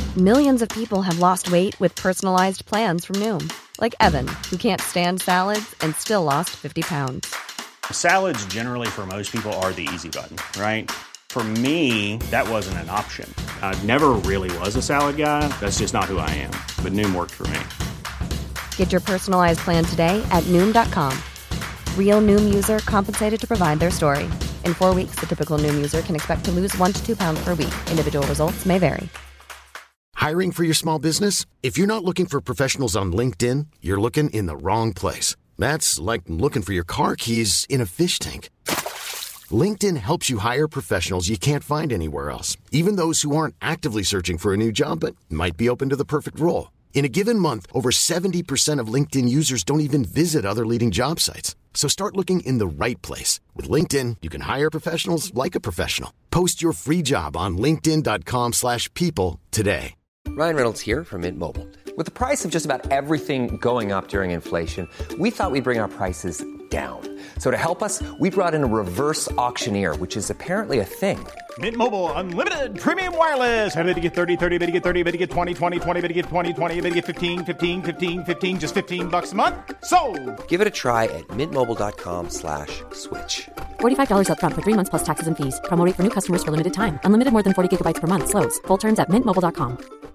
Millions of people have lost weight with personalized plans from Noom. Like Evan, who can't stand salads and still lost 50 pounds. Salads generally for most people are the easy button, right? For me, that wasn't an option. I never really was a salad guy. That's just not who I am. But Noom worked for me. Get your personalized plan today at Noom.com. Real Noom user compensated to provide their story. In 4 weeks, the typical Noom user can expect to lose 1 to 2 pounds per week. Individual results may vary. Hiring for your small business? If you're not looking for professionals on LinkedIn, you're looking in the wrong place. That's like looking for your car keys in a fish tank. LinkedIn helps you hire professionals you can't find anywhere else, even those who aren't actively searching for a new job but might be open to the perfect role. In a given month, over 70% of LinkedIn users don't even visit other leading job sites. So start looking in the right place. With LinkedIn, you can hire professionals like a professional. Post your free job on linkedin.com/people today. Ryan Reynolds here from Mint Mobile. With the price of just about everything going up during inflation, we thought we'd bring our prices down. So to help us, we brought in a reverse auctioneer, which is apparently a thing. Mint Mobile Unlimited Premium Wireless. How to get 30, 30, bit to get 30, bit to get 20, 20, 20, bit to get 20, 20, bit to get 15, 15, 15, 15, just $15 a month? Sold! Give it a try at mintmobile.com/switch. $45 up front for 3 months plus taxes and fees. Promo rate for new customers for limited time. Unlimited more than 40 gigabytes per month. Slows full terms at mintmobile.com.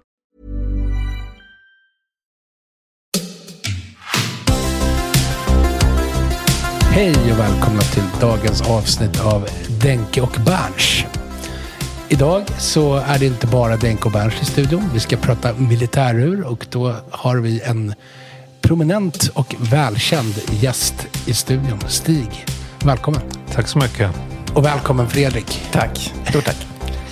Hej och välkomna till dagens avsnitt av Denke och Berns. Idag så är det inte bara Denke och Berns i studion. Vi ska prata militärur och då har vi en prominent och välkänd gäst i studion. Stig, välkommen. Tack så mycket. Och välkommen Fredrik. Tack, stort tack.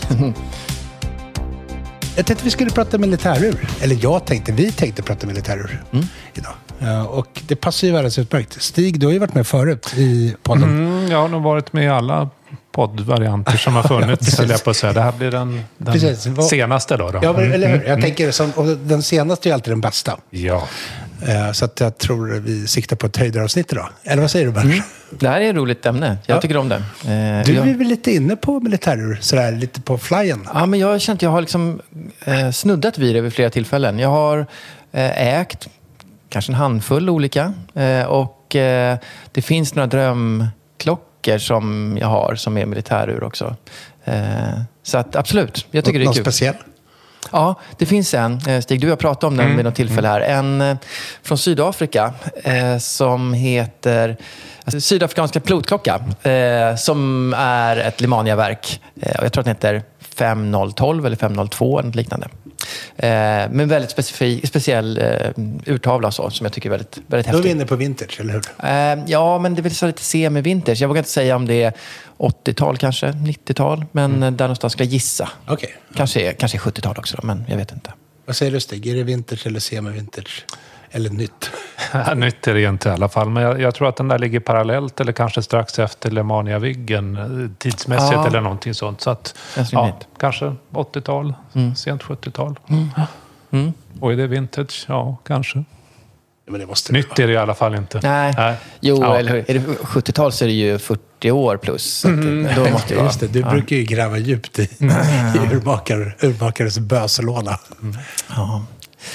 Jag tänkte vi skulle prata militärur. Eller vi tänkte prata militärur idag. Och det passar ju väldigt utmärkt. Stig, du har ju varit med förut i podden. Jag har nog varit med i alla poddvarianter som har funnits. Jag på att säga. Det här blir den senaste då. Ja, eller hur? Jag tänker och den senaste är alltid den bästa. Ja. Så att jag tror vi siktar på ett höjdaravsnitt idag. Eller vad säger du, Berns? Det här är ett roligt ämne. Jag tycker om det. Du är väl lite inne på militärur, sådär lite på flyen. Ja, men jag har känt att jag har liksom snuddat vid det vid flera tillfällen. Jag har ägt kanske en handfull olika. Och det finns några drömklockor som jag har som är militärur också. Så att absolut, jag tycker det är kul. Någon speciell? Ja, det finns en. Stig, du har pratat om den vid något tillfälle här. En från Sydafrika som heter Sydafrikanska pilotklocka. Som är ett Lemania-verk. Jag tror att den heter 5012 eller 502 eller något liknande. Men väldigt speciell urtavla så, som jag tycker är väldigt, väldigt häftig. Då är vi inne på vintage, eller hur? Ja, men det är väl så lite semi-vintage. Jag vågar inte säga om det är 80-tal kanske, 90-tal. Men där någonstans ska jag gissa. Okay. Kanske 70-tal också då, men jag vet inte. Vad säger du, Stig? Är det vintage eller semi-vintage? Eller nytt? Nytt är det inte i alla fall. Men jag tror att den där ligger parallellt eller kanske strax efter Lemania-viggen tidsmässigt eller någonting sånt. Så att kanske 80-tal, sent 70-tal. Och är det vintage? Ja, kanske. Men det måste nytt är det i alla fall inte. Nej. Jo, eller hur? Är det 70-tal så är det ju 40 år plus. Så att då måste det just det, du brukar ju gräva djupt i urmakares böselåda. Ja.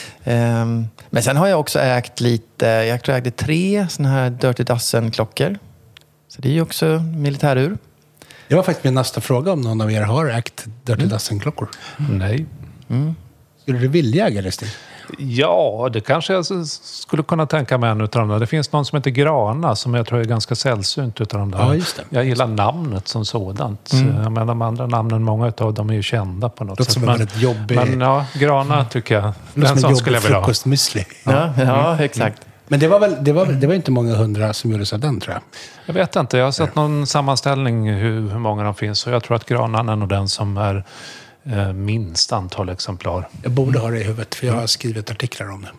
Men sen har jag också ägt lite, jag tror jag ägde 3 såna här Dirty Dozen-klockor. Så det är ju också militärur. Det var faktiskt min nästa fråga om någon av er har ägt Dirty Dozen-klockor. Nej. Skulle du vilja äga det, Stig? Ja, det kanske jag skulle kunna tänka mig en utav dem. Det finns någon som heter Grana som jag tror är ganska sällsynt utav dem där. Ja, just det. Jag gillar namnet som sådant. Men de andra namnen, många utav dem är ju kända på något sätt. Som är väldigt jobbig. Men ja, Grana tycker jag. Den som skulle jag vilja ha. Frukostmüsli. Ja, exakt. Men det var inte många hundra som gjorde så den, tror jag. Jag vet inte. Jag har sett någon sammanställning hur många de finns. Och jag tror att Granan är nog den som är minst antal exemplar. Jag borde ha det i huvudet, för jag har skrivit artiklar om det.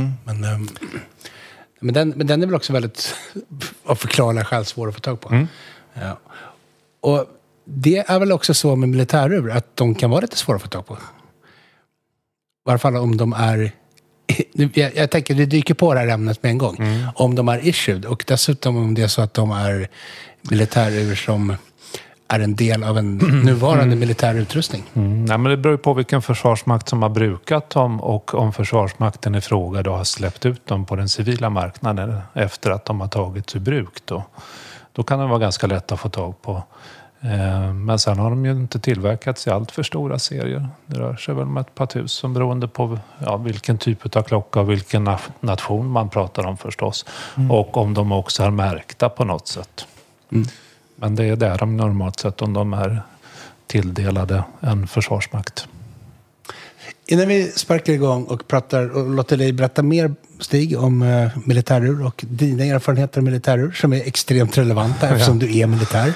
Men den är väl också väldigt av förklarliga skäl svår att få tag på. Ja. Och det är väl också så med militärur att de kan vara lite svåra att få tag på. I varje fall om de är... Jag tänker, det dyker på det här ämnet med en gång. Om de är issued, och dessutom om det är så att de är militärur som är en del av en nuvarande militär utrustning? Nej, men det beror på vilken försvarsmakt som har brukat dem och om försvarsmakten i fråga då har släppt ut dem på den civila marknaden efter att de har tagits ur bruk. Då kan de vara ganska lätt att få tag på. Men sen har de ju inte tillverkats i allt för stora serier. Det rör sig väl om ett par tusen beroende på vilken typ av klocka och vilken nation man pratar om förstås. Och om de också är märkta på något sätt. Men det är där de normalt sett om de är tilldelade en försvarsmakt. Innan vi sparkar igång och pratar och låter dig berätta mer, Stig, om militärur och dina erfarenheter av militärur som är extremt relevanta eftersom du är militär.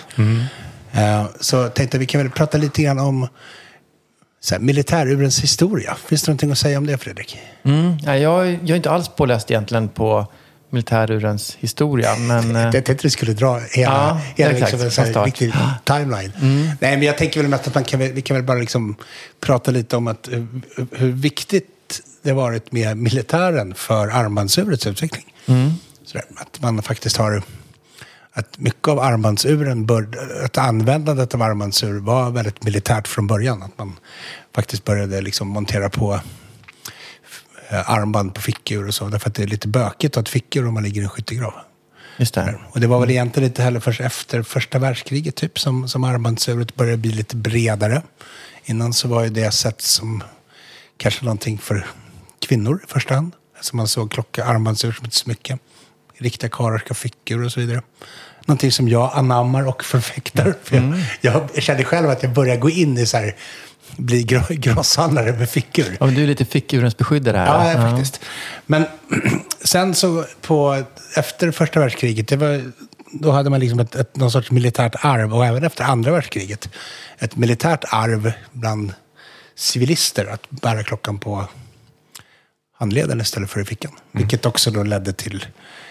Så tänkte vi kan väl prata lite grann om militärurens historia. Finns det någonting att säga om det, Fredrik? Jag är inte alls påläst egentligen på militärurens historia. Men, jag tänkte att vi skulle dra hela liksom en sån här riktig timeline. Nej, men jag tänker väl att vi kan väl bara liksom prata lite om att hur viktigt det varit med militären för armbandsurets utveckling. Att man faktiskt har... Att mycket av armbandsuren, att användandet av armbandsur var väldigt militärt från början. Att man faktiskt började liksom montera på armband på fickur och så. Därför att det är lite bökigt att fickur om man ligger i en skyttegrav. Just det. Och det var väl egentligen inte heller först efter första världskriget typ som armbandsuret började bli lite bredare. Innan så var ju det sett som kanske någonting för kvinnor i första hand. Alltså man såg armbandsur som ett smycke. Riktiga karlar ska fickor och så vidare. Någonting som jag anammar och förfäktar. För jag kände själv att jag börjar gå in i så här, bli grosshandlare med fickor. Ja, men du är lite fickurens beskyddare här. Ja, faktiskt. Men sen så efter första världskriget, då hade man liksom någon sorts militärt arv. Och även efter andra världskriget. Ett militärt arv bland civilister att bära klockan på handleden istället för i fickan. Vilket också då ledde till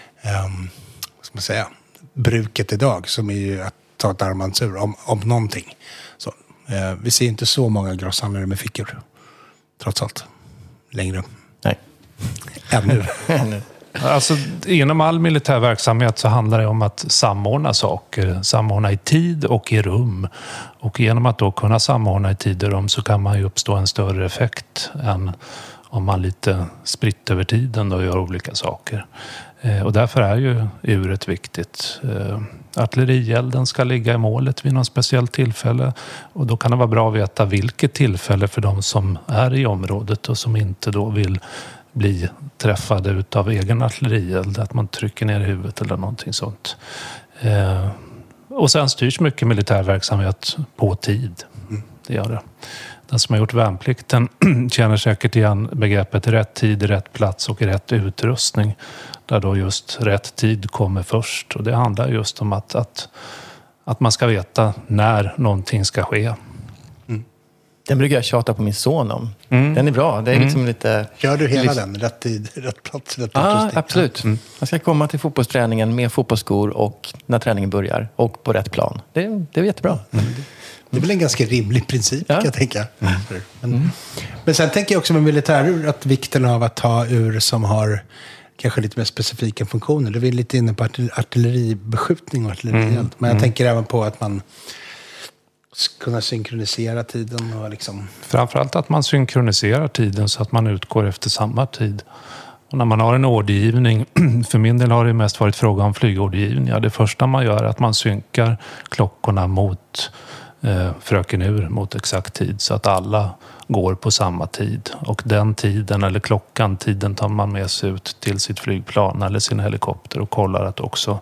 vad ska man säga, bruket idag som är ju att ta ett armbandsur om någonting. Så, vi ser inte så många grosshandlare med fickor trots allt längre. Nej. Ännu. Alltså, inom all militär verksamhet så handlar det om att samordna saker. Samordna i tid och i rum. Och genom att då kunna samordna i tid och rum så kan man ju uppstå en större effekt än om man lite spritt över tiden då gör olika saker. Och därför är ju uret viktigt. Artillerielden ska ligga i målet vid någon speciellt tillfälle. Och då kan det vara bra att veta vilket tillfälle för de som är i området och som inte då vill bli träffade utav egen artillerield. Att man trycker ner i huvudet eller någonting sånt. Och sen styrs mycket militär verksamhet på tid. Det gör det. Den som har gjort värnplikten känner säkert igen begreppet rätt tid, rätt plats och rätt utrustning. Där då just rätt tid kommer först. Och det handlar just om att man ska veta när någonting ska ske. Den brukar jag tjata på min son om. Den är bra. Det är liksom lite... Gör du hela den? Rätt tid, rätt plats, rätt utrustning? Ja, absolut. Jag ska komma till fotbollsträningen med fotbollsskor och när träningen börjar. Och på rätt plan. Det är jättebra. Det är väl en ganska rimlig princip, kan jag tänka. Men sen tänker jag också med militärur att vikten av att ha ur som har kanske lite mer specifika funktioner. Det är lite inne på artilleribeskjutning och artillerield. Men jag tänker även på att man kunna synkronisera tiden och liksom... Framförallt att man synkroniserar tiden så att man utgår efter samma tid. Och när man har en ordergivning, för min del har det mest varit fråga om flygordergivning. Ja, det första man gör är att man synkar klockorna mot fröken ur mot exakt tid så att alla går på samma tid. Och den tiden eller tiden tar man med sig ut till sitt flygplan eller sin helikopter och kollar att också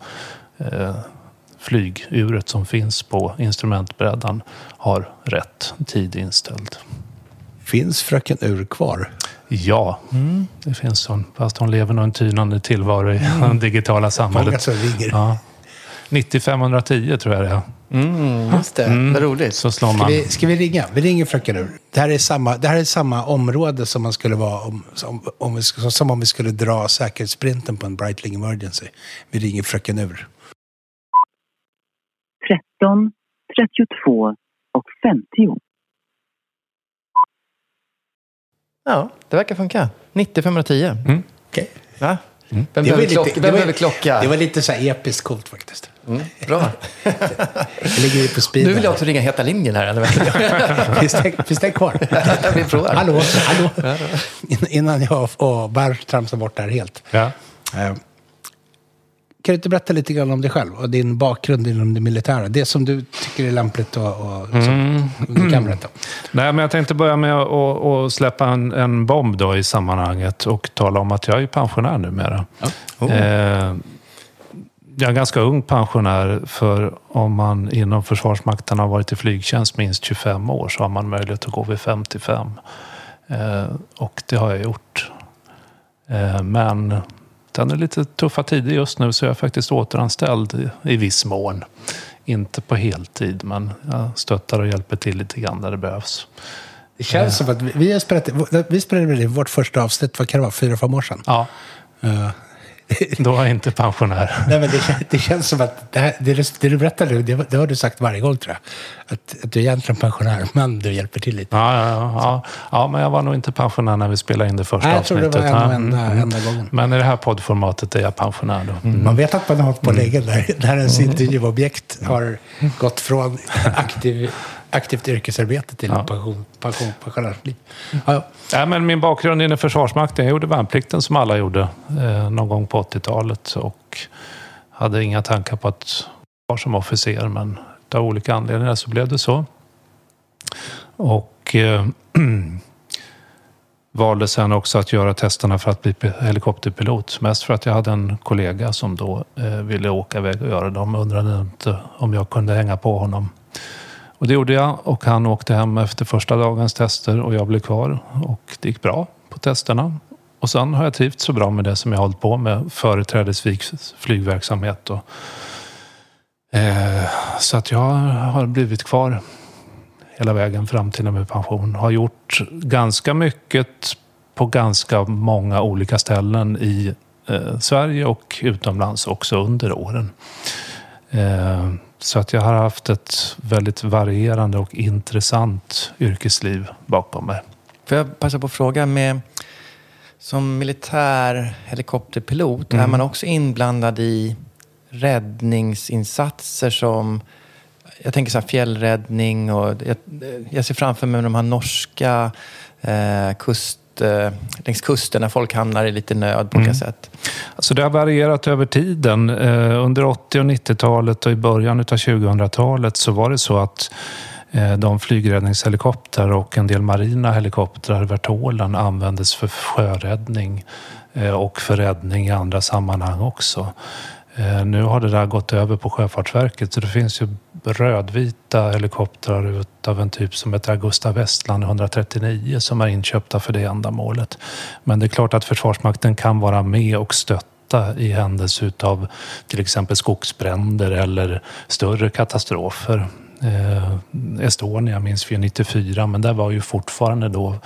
flyguret som finns på instrumentbrädan har rätt tid inställd. Finns fröken ur kvar? Ja, det finns hon. Fast hon lever nog en tynande tillvaro i det digitala samhället. Ja. 9510 tror jag det är. Just det, vad roligt. Så slår man. Ska vi ringa? Vi ringer fröken ur. Det här är samma område som man skulle vara som om vi skulle dra säkerhetssprinten på en Breitling Emergency. Vi ringer fröken ur. 13, 32 och 50. Ja, det verkar funka. 9510. Okej. Ja, Vem behöver klocka? Det var lite så här episkt coolt faktiskt. Bra. Jag ligger på speed. Nu vill jag också ringa Heta linjen här. Finns det kvar? Vi provar. Hallå. Innan jag och Bernt tramsar bort det här helt. Ja. Kan du inte berätta lite grann om dig själv och din bakgrund inom det militära? Det som du tycker är lämpligt och som du kan berätta. Nej, men jag tänkte börja med att släppa en bomb då i sammanhanget och tala om att jag är pensionär numera. Jag är en ganska ung pensionär, för om man inom Försvarsmakten har varit i flygtjänst minst 25 år så har man möjlighet att gå vid 55. Och det har jag gjort. Men den är lite tuffa tider just nu, så jag är faktiskt återanställd i viss mån. Inte på heltid, men jag stöttar och hjälper till lite grann där det behövs. Det känns som att vi spelade vårt första avsnitt, vad kan det vara, 4-5 år sedan? Ja. Då är jag inte pensionär. Nej, men det känns som att det du berättar nu, det har du sagt varje gång, tror jag. Att du är egentligen pensionär, men du hjälper till lite. Ja, men jag var nog inte pensionär när vi spelade in det första avsnittet. Jag tror det var enda gången. Men i det här poddformatet är jag pensionär då. Man vet att man har hållit på länge där ens intervjuobjekt har gått från aktivt yrkesarbete till pensionärsliv. Ja, men min bakgrund inom Försvarsmakten, jag gjorde värnplikten som alla gjorde någon gång på 80-talet och hade inga tankar på att vara som officer, men av olika anledningar så blev det så. Och valde sen också att göra testerna för att bli helikopterpilot. Mest för att jag hade en kollega som då ville åka iväg och göra dem. Undrade inte om jag kunde hänga på honom. Och det gjorde jag, och han åkte hem efter första dagens tester och jag blev kvar. Och det gick bra på testerna. Och sen har jag trivts så bra med det som jag har hållit på med, företrädesvis flygverksamhet. Så att jag har blivit kvar hela vägen fram till min pension. Har gjort ganska mycket på ganska många olika ställen i Sverige och utomlands också under åren. Så att jag har haft ett väldigt varierande och intressant yrkesliv bakom mig. Får jag passa på att fråga, som militär helikopterpilot, är man också inblandad i räddningsinsatser som, jag tänker så här fjällräddning, och jag ser framför mig de här norska längs kusten när folk hamnar i lite nöd på olika sätt. Alltså det har varierat över tiden. Under 80- och 90-talet och i början av 2000-talet så var det så att de flygräddningshelikopter och en del marina helikoptrar, Vertolen, användes för sjöräddning och för räddning i andra sammanhang också. Nu har det där gått över på Sjöfartsverket, så det finns ju rödvita helikoptrar av en typ som heter Augusta Westland 139 som är inköpta för det ändamålet. Men det är klart att Försvarsmakten kan vara med och stötta i händelse av till exempel skogsbränder eller större katastrofer. Estonia minns vi 94, men där var ju fortfarande då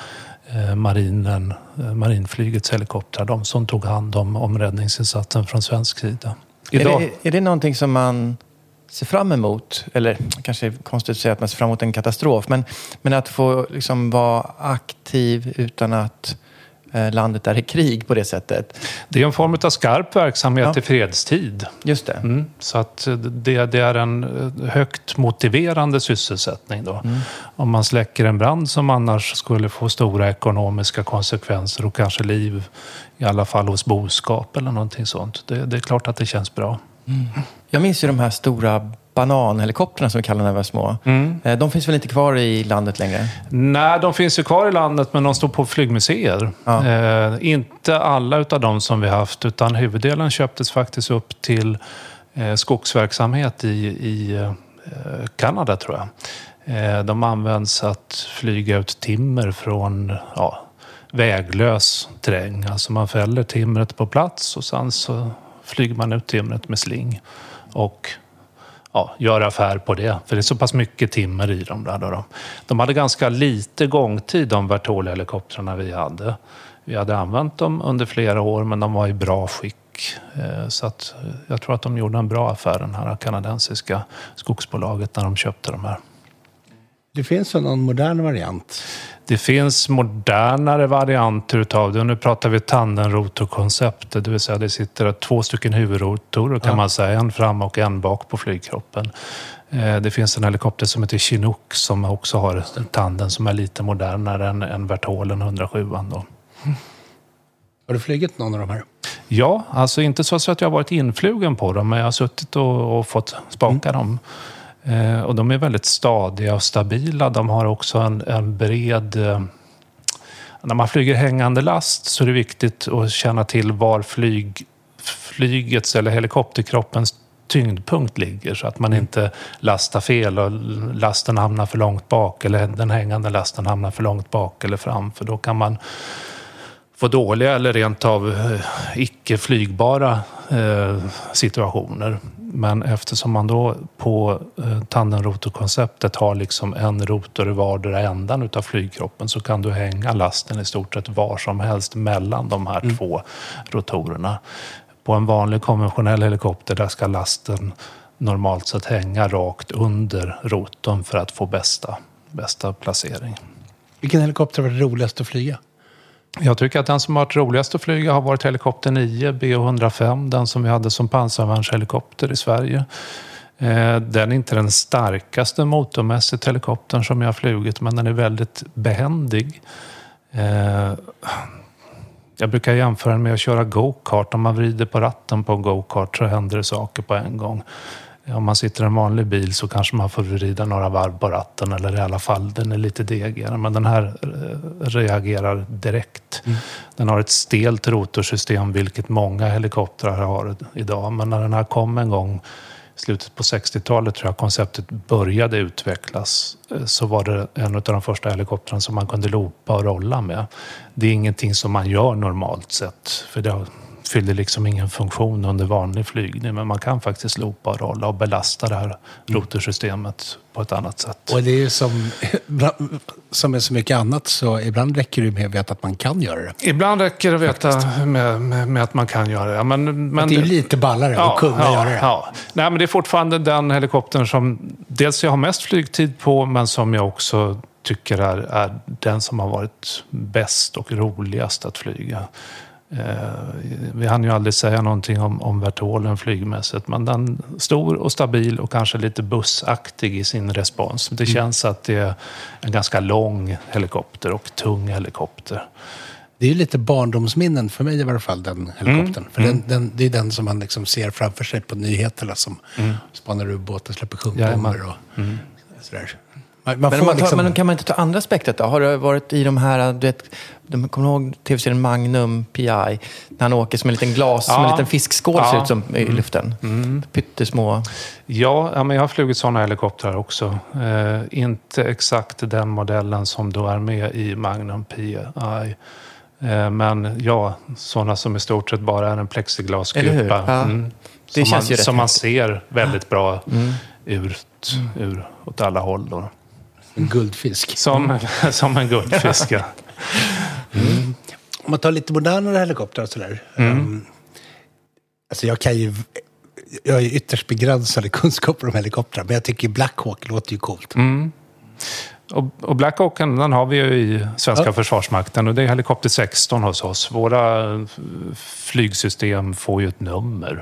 marinflygets helikoptrar, de som tog hand om räddningsinsatsen från svensk sida. Är det någonting som man ser fram emot? Eller kanske är konstigt att säga att man ser fram emot en katastrof, men att få liksom vara aktiv utan att landet är i krig på det sättet. Det är en form av skarp verksamhet i fredstid. Just det. Så att det är en högt motiverande sysselsättning då. Om man släcker en brand som annars skulle få stora ekonomiska konsekvenser och kanske liv, i alla fall hos boskap eller någonting sånt. Det är klart att det känns bra. Jag minns ju de här stora bananhelikopterna som vi kallar när vi var små. De finns väl inte kvar i landet längre? Nej, de finns ju kvar i landet, men de står på flygmuseer. Inte alla utav dem som vi haft, utan huvuddelen köptes faktiskt upp till skogsverksamhet i Kanada, tror jag. De används att flyga ut timmer från väglös terräng. Alltså man fäller timret på plats och sen så flyger man ut timret med sling och gör affär på det. För det är så pass mycket timmer i dem där då. De hade ganska lite gångtid, de Vertol-helikoptrarna vi hade. Vi hade använt dem under flera år, men de var i bra skick. Så att jag tror att de gjorde en bra affär, den här kanadensiska skogsbolaget, när de köpte de här. Det finns någon modern variant? Det finns modernare varianter utav det. Och nu pratar vi tandemrotorkonceptet. Det vill säga det sitter 2 stycken huvudrotorer kan man säga. En fram och en bak på flygkroppen. Det finns en helikopter som heter Chinook som också har en tandem som är lite modernare än Vertolen 107 då. Har du flugit någon av de här? Ja, alltså inte så att jag har varit influgen på dem, men jag har suttit och fått spaka dem. Och de är väldigt stadiga och stabila. De har också en bred... När man flyger hängande last så är det viktigt att känna till var flygets eller helikopterkroppens tyngdpunkt ligger, så att man inte lastar fel och lasten hamnar för långt bak eller den hängande lasten hamnar för långt bak eller fram, för då kan man få dåliga eller rent av icke flygbara situationer. Men eftersom man då på tandemrotorkonceptet har liksom en rotor i vardera ändan utav flygkroppen, så kan du hänga lasten i stort sett var som helst mellan de här 2 rotorerna. På en vanlig konventionell helikopter där ska lasten normalt sett hänga rakt under rotorn för att få bästa placering. Vilken helikopter var det roligast att flyga? Jag tycker att den som har varit roligast att flyga har varit helikopter 9, BO-105, den som vi hade som pansarvärnshelikopter i Sverige. Den är inte den starkaste motormässigt helikoptern som jag har flugit, men den är väldigt behändig. Jag brukar jämföra den med att köra go-kart. Om man vrider på ratten på en go-kart så händer det saker på en gång. Om man sitter i en vanlig bil så kanske man får vrida några varv på ratten, eller i alla fall den är lite degigare. Men den här reagerar direkt. Den har ett stelt rotorsystem, vilket många helikoptrar har idag. Men när den här kom en gång i slutet på 60-talet, tror jag konceptet började utvecklas, så var det en av de första helikoptrarna som man kunde loopa och rolla med. Det är ingenting som man gör normalt sett, för det fyller liksom ingen funktion under vanlig flygning, men man kan faktiskt loopa och rolla och belasta det här rotorsystemet på ett annat sätt. Och det är ju som med så mycket annat, så ibland räcker det med att veta att man kan göra det. Ibland räcker det att veta med att man kan göra det. Ja, men det är ju lite ballare att kunna göra det. Ja. Nej, men det är fortfarande den helikoptern som dels jag har mest flygtid på, men som jag också tycker är den som har varit bäst och roligast att flyga. Vi hann ju aldrig säga någonting om Vertolen flygmässigt, men den stor och stabil och kanske lite bussaktig i sin respons. Det känns att det är en ganska lång helikopter och tung helikopter. Det är ju lite barndomsminnen för mig i varje fall, den helikoptern. För det är den som man liksom ser framför sig på nyheterna, som spanar ubåtar, släpper sjunkbomber och sådär. Men kan man inte ta andra aspekter då? Har du varit i de här, du vet, kommer ihåg tv-serien Magnum P.I. när han åker som en liten som en liten fiskskål ser ut som i luften? Pyttesmå. Ja, men jag har flugit sådana helikoptrar också. Inte exakt den modellen som då är med i Magnum P.I. Men ja, sådana som i stort sett bara är en plexiglaskupa. Det känns ju som man ser väldigt bra ur åt alla håll då. En guldfisk. Som en guldfisk, ja. Om man tar lite modernare helikoptrar och sådär. Alltså jag har ju ytterst begränsade kunskaper om helikoptrar, men jag tycker Black Hawk låter ju coolt. Och Black Hawken, den har vi ju i svenska försvarsmakten, och det är helikopter 16 hos oss. Våra flygsystem får ju ett nummer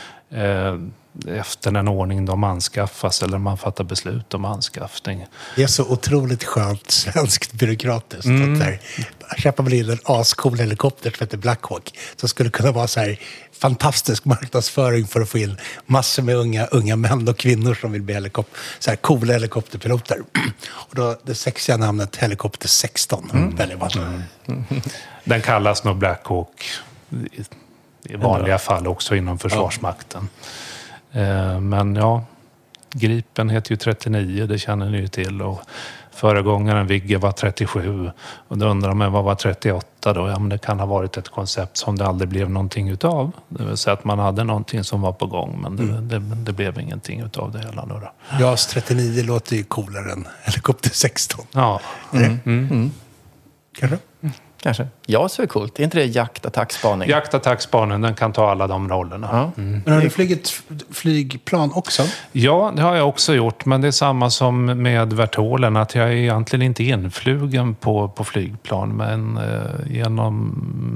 efter den ordning de anskaffas, eller man fattar beslut om anskaffning. Det är så otroligt skönt svenskt byråkratiskt. Köper man in en ascool helikopter som heter Black Hawk, så skulle det kunna vara så här fantastisk marknadsföring för att få in massor med unga män och kvinnor som vill bli så här coola helikopterpiloter. Och då det sexiga namnet helikopter 16 väljer man. Den kallas nog Black Hawk i vanliga fall också inom försvarsmakten. Men ja, Gripen heter ju 39, det känner ni ju till, och föregångaren Vigge var 37, och då undrar man vad var 38 då? Ja, men det kan ha varit ett koncept som det aldrig blev någonting utav. Det vill säga att man hade någonting som var på gång, men det blev ingenting utav det hela då. JAS 39 låter ju coolare än helikopter 16. Ja. Kanske? Kanske. Ja, så är det coolt. Är inte det jakt, attack, spaning? Jakt, attack, spaning, den kan ta alla de rollerna. Ja. Men har du flugit flygplan också? Ja, det har jag också gjort. Men det är samma som med Vertolen. Att jag är egentligen inte influgen på flygplan. Men genom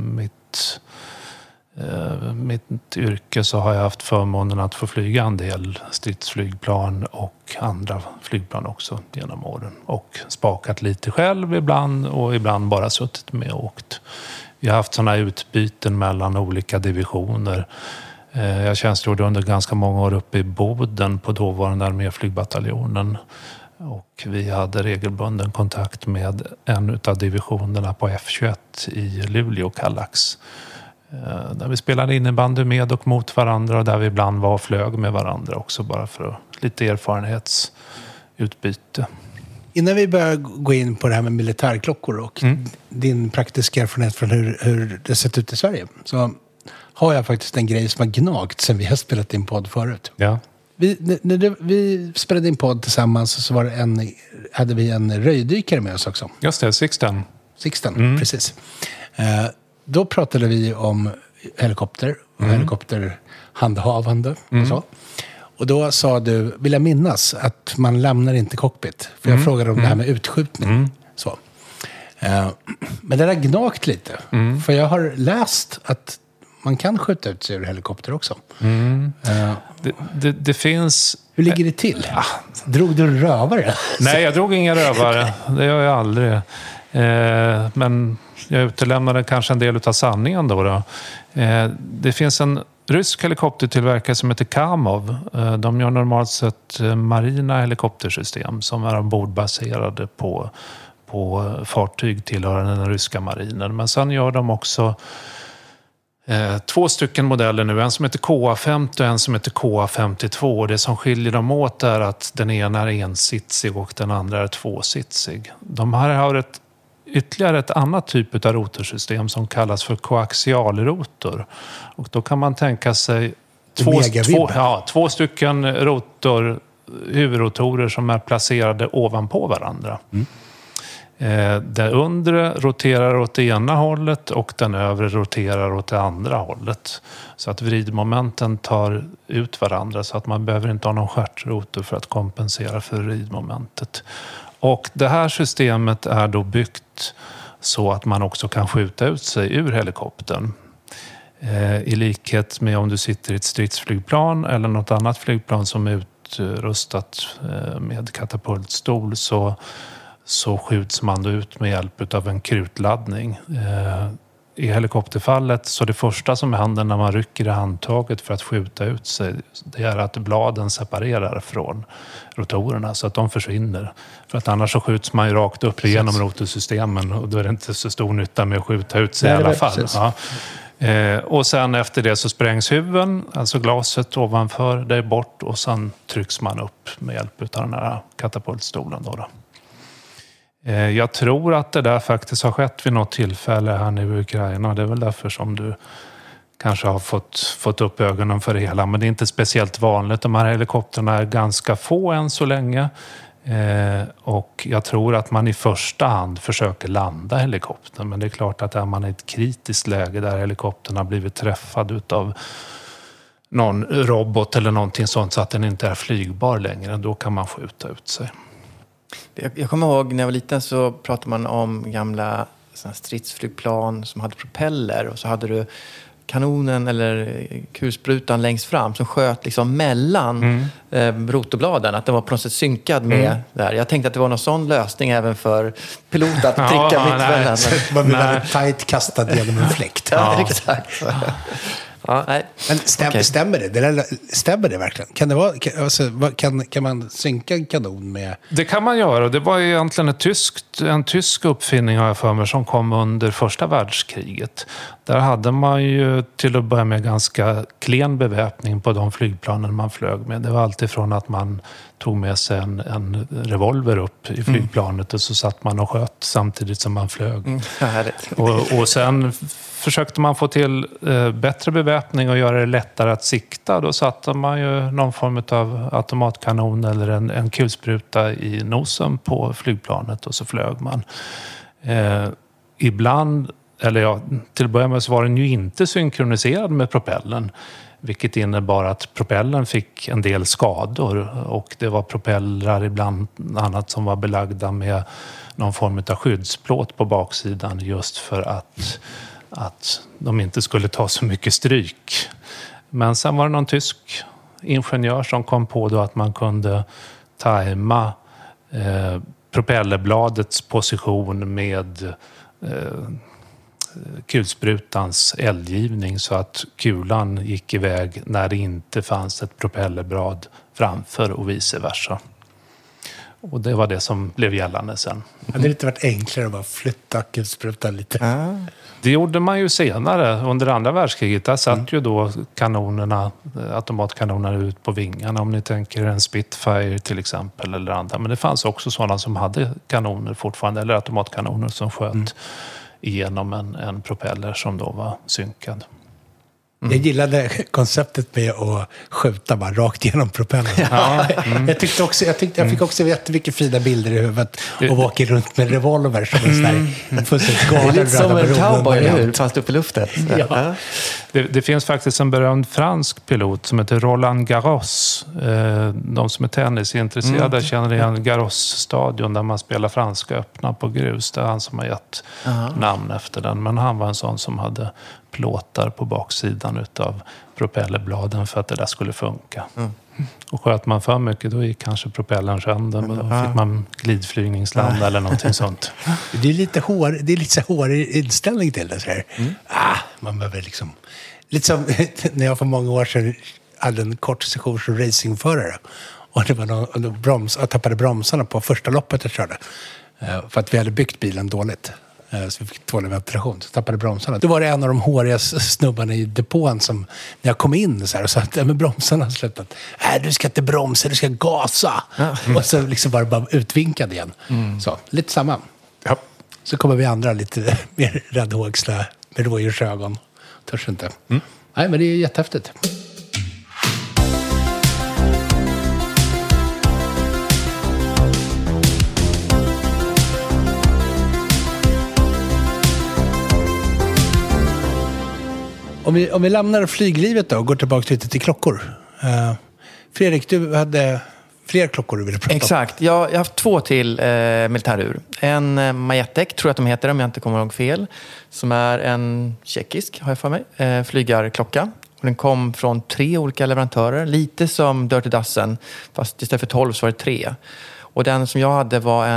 mitt yrke så har jag haft förmånen att få flyga en del stridsflygplan och andra flygplan också genom åren. Och spakat lite själv ibland och ibland bara suttit med och åkt. Vi har haft sådana utbyten mellan olika divisioner. Jag tjänstgjorde under ganska många år uppe i Boden på dåvarande arméflygbataljonen. Och vi hade regelbunden kontakt med en av divisionerna på F21 i Luleå, Kallax. Där vi spelade innebandy med och mot varandra och där vi ibland var och flög med varandra också bara för lite erfarenhetsutbyte. Innan vi börjar gå in på det här med militärklockor och din praktiska erfarenhet från hur det sett ut i Sverige, så har jag faktiskt en grej som har gnagt sen vi har spelat in podd förut. Ja. När vi spelade in podd tillsammans så var det hade vi en röjdykare med oss också. Just det, Sixten, precis. Då pratade vi om helikopter och helikopterhandhavande och så. Och då sa du, vill jag minnas, att man lämnar inte cockpit. För jag frågade om det här med utskjutning. Så. Men det har gnagt lite. För jag har läst att man kan skjuta ut sig ur helikopter också. Det finns... Hur ligger det till? Drog du en rövare? Nej, jag drog ingen rövare. Det gör jag aldrig. Men jag utelämnade kanske en del av sanningen då. Det finns en rysk helikoptertillverkare som heter Kamov. De gör normalt sett marina helikoptersystem som är ombordbaserade på fartyg tillhörande den ryska marinen. Men sen gör de också 2 stycken modeller nu. En som heter KA50 och en som heter KA52. Det som skiljer dem åt är att den ena är ensitsig och den andra är tvåsitsig. De här har ytterligare ett annat typ av rotorsystem som kallas för koaxialrotor. Och då kan man tänka sig två stycken huvudrotorer som är placerade ovanpå varandra. Den undre roterar åt det ena hållet och den övre roterar åt det andra hållet. Så att vridmomenten tar ut varandra så att man behöver inte ha någon stjärtrotor för att kompensera för vridmomentet. Och det här systemet är då byggt så att man också kan skjuta ut sig ur helikoptern. I likhet med om du sitter i ett stridsflygplan eller något annat flygplan som är utrustat med katapultstol så skjuts man då ut med hjälp av en krutladdning. I helikopterfallet så det första som händer när man rycker i handtaget för att skjuta ut sig, det är att bladen separerar från rotorerna så att de försvinner. För att annars så skjuts man ju rakt upp igenom rotorsystemen och då är det inte så stor nytta med att skjuta ut sig i alla fall. Ja. Och sen efter det så sprängs huven, alltså glaset ovanför, det är bort och sen trycks man upp med hjälp av den här katapultstolen då. Jag tror att det där faktiskt har skett vid något tillfälle här nu i Ukraina. Det är väl därför som du kanske har fått upp ögonen för det hela. Men det är inte speciellt vanligt. De här helikopterna är ganska få än så länge. Och jag tror att man i första hand försöker landa helikoptern. Men det är klart att är man i ett kritiskt läge där helikoptern har blivit träffad av någon robot eller någonting sånt så att den inte är flygbar längre, då kan man skjuta ut sig. Jag kommer ihåg när jag var liten så pratade man om gamla stridsflygplan som hade propeller och så hade du kanonen eller kulsprutan längst fram som sköt liksom mellan rotorbladen, att den var på något sätt synkad med där. Jag tänkte att det var någon sån lösning även för pilot att pricka mitt mellan. Man blir väldigt tajt kastad genom en fläkt. Ja, exakt. Ja, nej. Men stämmer det? Stämmer det verkligen? Kan det vara, kan man synka en kanon med... Det kan man göra. Det var egentligen en tysk uppfinning har jag för mig som kom under första världskriget. Där hade man ju till att börja med ganska klen beväpning på de flygplanen man flög med. Det var alltid från att man tog med sig en revolver upp i flygplanet och så satt man och sköt samtidigt som man flög. Och sen försökte man få till bättre beväpning och göra det lättare att sikta. Då satte man ju någon form av automatkanon eller en kulspruta i nosen på flygplanet och så flög man. ibland, till att börja med så var den ju inte synkroniserad med propellern. Vilket innebar att propellern fick en del skador. Och det var propellrar ibland annat som var belagda med någon form av skyddsplåt på baksidan. Just för att de inte skulle ta så mycket stryk. Men sen var det någon tysk ingenjör som kom på då att man kunde tajma propellerbladets position med kulsprutans eldgivning så att kulan gick iväg när det inte fanns ett propellerblad framför och vice versa. Och det var det som blev gällande sen. Hade det inte varit enklare att bara flytta kulsprutan lite? Det gjorde man ju senare under andra världskriget. Där satt ju då automatkanonerna ut på vingarna. Om ni tänker en Spitfire till exempel eller andra. Men det fanns också sådana som hade kanoner fortfarande, eller automatkanoner som sköt igenom en propeller som då var synkad. Jag gillade konceptet med att skjuta bara rakt igenom propellern. Jag fick också jättemycket fina bilder i huvudet och åker runt med revolver som en sån där fullständigt galen. Det är lite som en cowboy, fast upp i luften. Ja. Det finns faktiskt en berömd fransk pilot som heter Roland Garros. De som är tennisintresserade känner igen Garros-stadion där man spelar franska öppna på grus. Det är han som har gett namn efter den. Men han var en sån som hade plåtar på baksidan utav propellerbladen för att det där skulle funka. Och sköt man för mycket då gick kanske propellern sönder, men då fick man glidflygningsland eller någonting sånt. Det är lite hårig inställning till det så här. Man behöver liksom lite som när jag för många år sedan hade en kort session som racingförare och det var jag tappade bromsarna på första loppet jag körde för att vi hade byggt bilen dåligt. Så vi fick dålig ventilation, så tappade bromsarna. Då var det en av de håriga snubbarna i depån som, när jag kom in så här och sa att med bromsarna slutat. Du ska inte bromsa, du ska gasa. Och så liksom var det bara utvinkad igen. Så, lite samma. Ja. Så kommer vi andra lite mer räddhågsla med rådjursögon. Törs inte. Nej, men det är jättehäftigt. Om vi lämnar flyglivet då och går tillbaka lite till klockor. Fredrik, du hade fler klockor du ville prata om. Exakt. Jag har haft 2 till militärur. En Majetek, tror jag att de heter om jag inte kommer ihåg fel. Som är en tjeckisk, har jag för mig, flygarklocka. Och den kom från 3 olika leverantörer. Lite som Dirty Dozen, fast istället för 12 så var det 3. Och den som jag hade var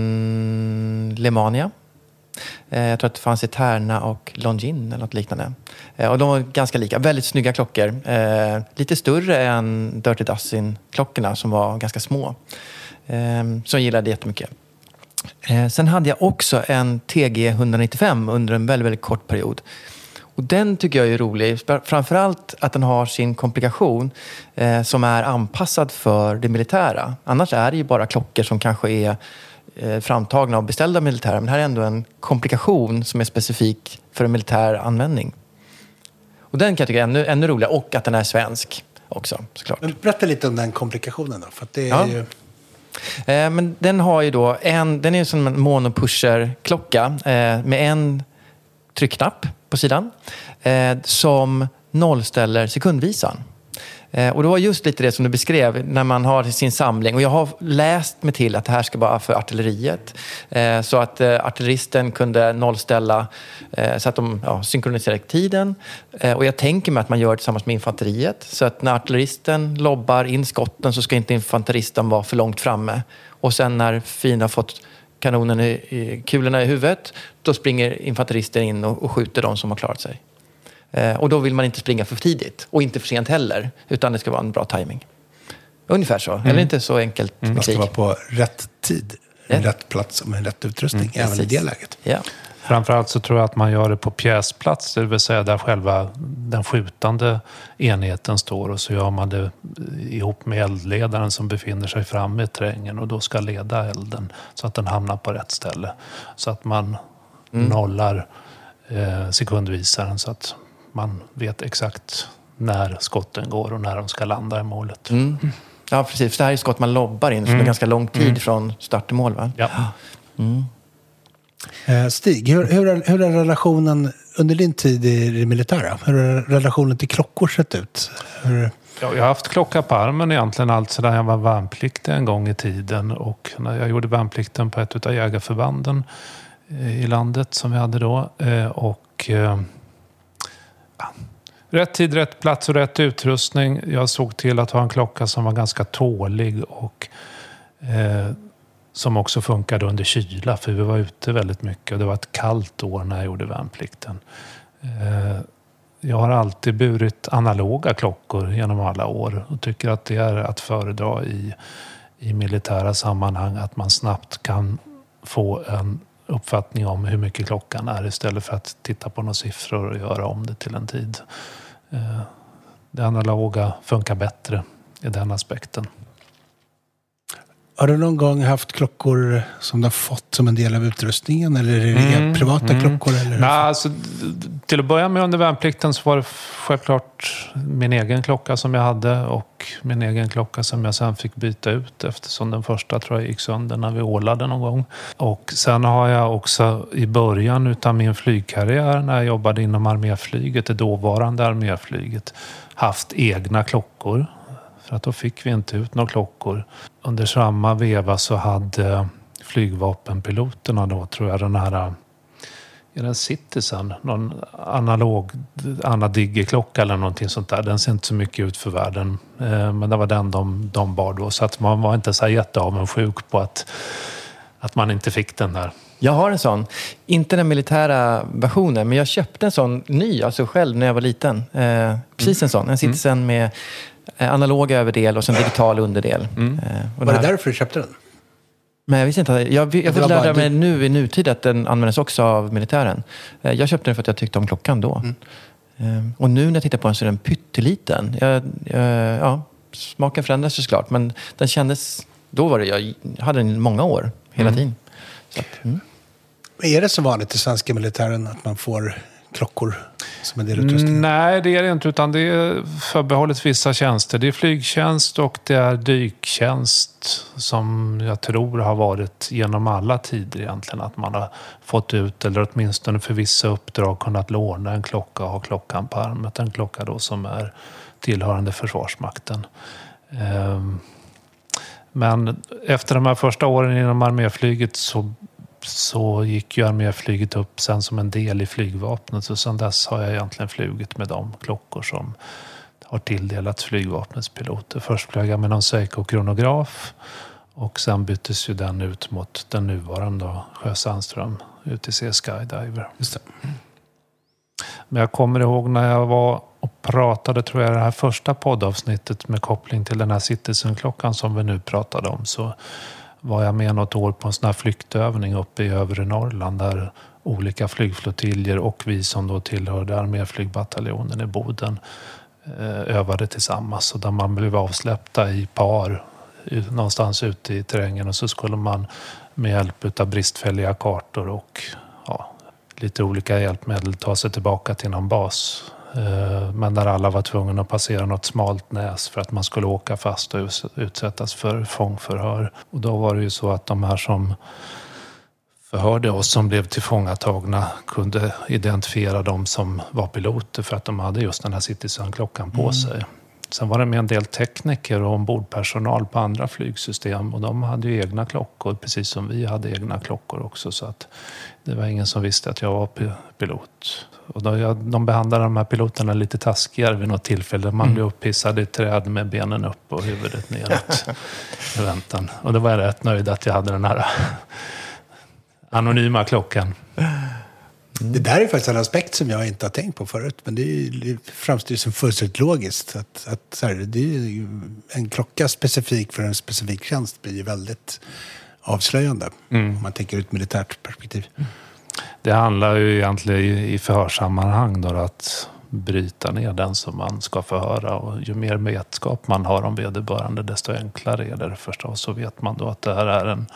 en Lemania. Jag tror att det fanns Eterna och Longines eller något liknande. Och de var ganska lika. Väldigt snygga klockor. Lite större än Dirty Dozen-klockorna som var ganska små. Som jag gillade jättemycket. Sen hade jag också en TG 195 under en väldigt, väldigt kort period. Och den tycker jag är rolig. Framförallt att den har sin komplikation som är anpassad för det militära. Annars är det ju bara klockor som kanske är framtagna och beställda militära. Men här är ändå en komplikation som är specifik för en militär användning. Och den kan jag tycka är ännu roligare. Och att den är svensk också, såklart. Men berätta lite om den komplikationen då. För att det är ju... Men den har ju då den är ju som en monopusher-klocka med en tryckknapp på sidan som nollställer sekundvisan. Och det var just lite det som du beskrev när man har sin samling. Och jag har läst mig till att det här ska vara för artilleriet. Så att artilleristen kunde nollställa så att de synkroniserar tiden. Och jag tänker mig att man gör det tillsammans med infanteriet. Så att när artilleristen lobbar in skotten så ska inte infanteristen vara för långt framme. Och sen när fienden har fått kanonen kulorna i huvudet, då springer infanteristen in och skjuter de som har klarat sig. Och då vill man inte springa för tidigt. Och inte för sent heller. Utan det ska vara en bra timing. Ungefär så. Eller inte så enkelt. Man ska vara på rätt tid. Rätt plats och med rätt utrustning. Även i det läget. Ja. Framförallt så tror jag att man gör det på pjäsplats. Det vill säga där själva den skjutande enheten står. Och så gör man det ihop med eldledaren som befinner sig framme i terrängen. Och då ska leda elden så att den hamnar på rätt ställe. Så att man nollar sekundvisaren så att man vet exakt när skotten går och när de ska landa i målet. Ja, precis. Det här är skott man lobbar in. Så det är ganska lång tid från start till mål, va? Ja. Stig, hur är relationen under din tid i det militära? Hur har relationen till klockor sett ut? Jag har haft klocka på armen egentligen allt sedan jag var värnpliktig en gång i tiden. Och när jag gjorde värnplikten på ett av jägarförbanden i landet som vi hade då. Rätt tid, rätt plats och rätt utrustning. Jag såg till att ha en klocka som var ganska tålig och som också funkade under kyla. För vi var ute väldigt mycket och det var ett kallt år när jag gjorde värnplikten. Jag har alltid burit analoga klockor genom alla år och tycker att det är att föredra i militära sammanhang, att man snabbt kan få en uppfattning om hur mycket klockan är istället för att titta på några siffror och göra om det till en tid. Det analoga funkar bättre i den aspekten. Har du någon gång haft klockor som du har fått som en del av utrustningen? Eller är det privata klockor? Eller? Nej, alltså, till att börja med under värnplikten så var det självklart min egen klocka som jag hade och min egen klocka som jag sen fick byta ut eftersom den första tror jag gick sönder när vi ålade någon gång. Och sen har jag också i början utav min flygkarriär när jag jobbade inom arméflyget, det dåvarande arméflyget, haft egna klockor. För att då fick vi inte ut några klockor. Under samma veva så hade flygvapenpiloterna då, tror jag, den här... Är det en Citizen? Någon analog Anna Digge-klocka eller någonting sånt där. Den ser inte så mycket ut för världen. Men det var den de bar då. Så att man var inte så jätteavundsjuk på att man inte fick den där. Jag har en sån. Inte den militära versionen, men jag köpte en sån ny, alltså själv när jag var liten. Precis en sån. En Citizen med analog överdel och sen digital underdel. Var det därför du köpte den? Men jag visste inte. Jag fick lära mig nu i nutid att den används också av militären. Jag köpte den för att jag tyckte om klockan då. Och nu när jag tittar på den så är den pytteliten. Smaken förändras såklart. Men den kändes... Då var det... Jag hade den i många år. Hela tiden. Så att, Är det så vanligt i svenska militären att man får klockor som en del utrustning? Nej, det är det inte, utan det är förbehållet vissa tjänster. Det är flygtjänst och det är dyktjänst som jag tror har varit genom alla tider egentligen. Att man har fått ut, eller åtminstone för vissa uppdrag kunnat låna en klocka och ha klockan på armet. En klocka då som är tillhörande Försvarsmakten. Men efter de här första åren inom arméflyget så gick ju arméflyget upp sen som en del i flygvapnet. Så sen dess har jag egentligen flugit med de klockor som har tilldelats flygvapnets piloter. Först flög jag med någon Seiko-kronograf och sen byttes ju den ut mot den nuvarande då, Sjö Sandström UTC Skydiver. Just det. Men jag kommer ihåg när jag var och pratade, tror jag, det här första poddavsnittet med koppling till den här Citizen-klockan som vi nu pratade om, så var jag med något år på en sån här flyktövning uppe i övre Norrland där olika flygflottiljer och vi som då tillhörde arméflygbataljonen i Boden övade tillsammans, och där man blev avsläppta i par någonstans ute i terrängen, och så skulle man med hjälp av bristfälliga kartor och lite olika hjälpmedel ta sig tillbaka till någon bas. Men där alla var tvungna att passera något smalt näs för att man skulle åka fast och utsättas för fångförhör. Och då var det ju så att de här som förhörde oss som blev tillfångatagna kunde identifiera dem som var piloter för att de hade just den här Citizen-klockan på sig. Sen var det med en del tekniker och ombordpersonal på andra flygsystem, och de hade ju egna klockor precis som vi hade egna klockor också, så att det var ingen som visste att jag var pilot. Och de behandlade de här piloterna lite taskigare vid något tillfälle. Man blev upphissad i träd med benen upp och huvudet neråt i väntan. Och då var jag rätt nöjd att jag hade den här anonyma klockan. Det där är faktiskt en aspekt som jag inte har tänkt på förut, men det framstår ju som fullständigt logiskt. Att så här, det är ju en klocka specifik för en specifik tjänst blir ju väldigt avslöjande om man tänker ur ett militärt perspektiv. Det handlar ju egentligen i förhörssammanhang då att bryta ner den som man ska förhöra, och ju mer vetskap man har om vederbörande desto enklare är det förstås. Så vet man då att det här är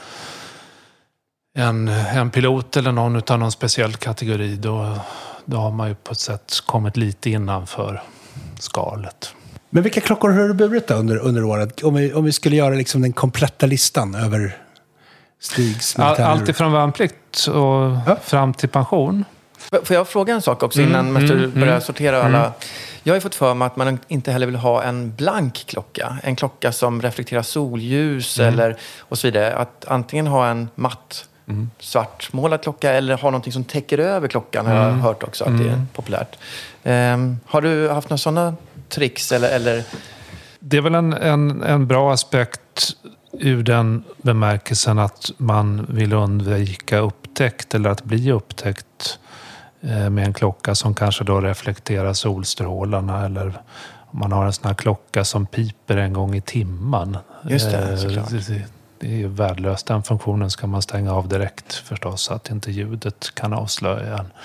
en pilot eller någon utav någon speciell kategori, då har man ju på ett sätt kommit lite innanför skalet. Men vilka klockor har du burit då under året? Om vi skulle göra liksom den kompletta listan över Stigs allt ifrån värnplikt och fram till pension. Får jag fråga en sak också innan du börjar sortera alla? Jag har ju fått för mig att man inte heller vill ha en blank klocka. En klocka som reflekterar solljus eller och så vidare. Att antingen ha en matt svartmålad klocka eller ha någonting som täcker över klockan. Har jag hört också att det är populärt. Har du haft några sådana tricks eller? Det är väl en bra aspekt ur den bemärkelsen att man vill undvika upptäckt eller att bli upptäckt med en klocka som kanske då reflekterar solstrålarna, eller om man har en sån här klocka som piper en gång i timman. Just det, såklart. Det är ju värdelöst. Den funktionen ska man stänga av direkt förstås, så att inte ljudet kan avslöja en.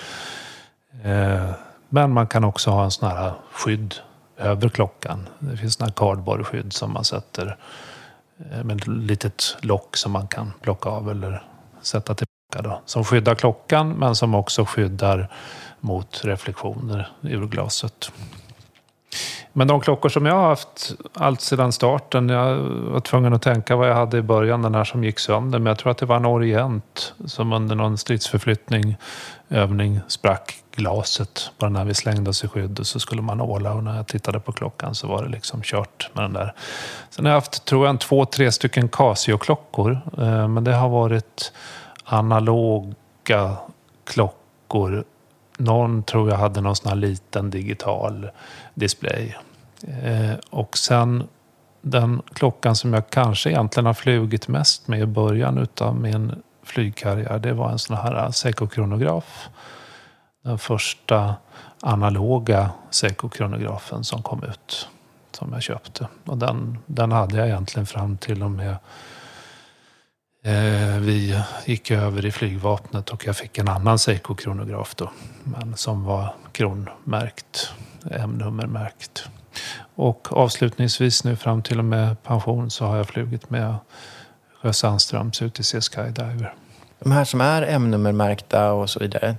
Men man kan också ha en sån här skydd över klockan. Det finns sån här cardboardskydd som man sätter med ett litet lock som man kan plocka av eller sätta tillbaka då. Som skyddar klockan men som också skyddar mot reflektioner ur glaset. Men de klockor som jag har haft allt sedan starten, jag var tvungen att tänka vad jag hade i början, den här som gick sönder. Men jag tror att det var en Orient som under någon övning sprack glaset på den här. Vi slängde oss i skydd och så skulle man åla, och när jag tittade på klockan så var det liksom kört med den där. Sen har jag haft, tror jag, 2-3 stycken Casio-klockor. Men det har varit analoga klockor. Någon tror jag hade någon sån här liten digital display. Och sen den klockan som jag kanske egentligen har flugit mest med i början utav min flygkarriär, det var en sån här Seiko-kronograf. Den första analoga Seiko-kronografen som kom ut, som jag köpte. Och den hade jag egentligen fram till och med vi gick över i flygvapnet och jag fick en annan Seiko-kronograf då, men som var kronmärkt, M-nummermärkt. Och avslutningsvis nu fram till och med pension så har jag flugit med Sjö Sandströms UTC Skydiver. De här som är M-nummermärkta och så vidare,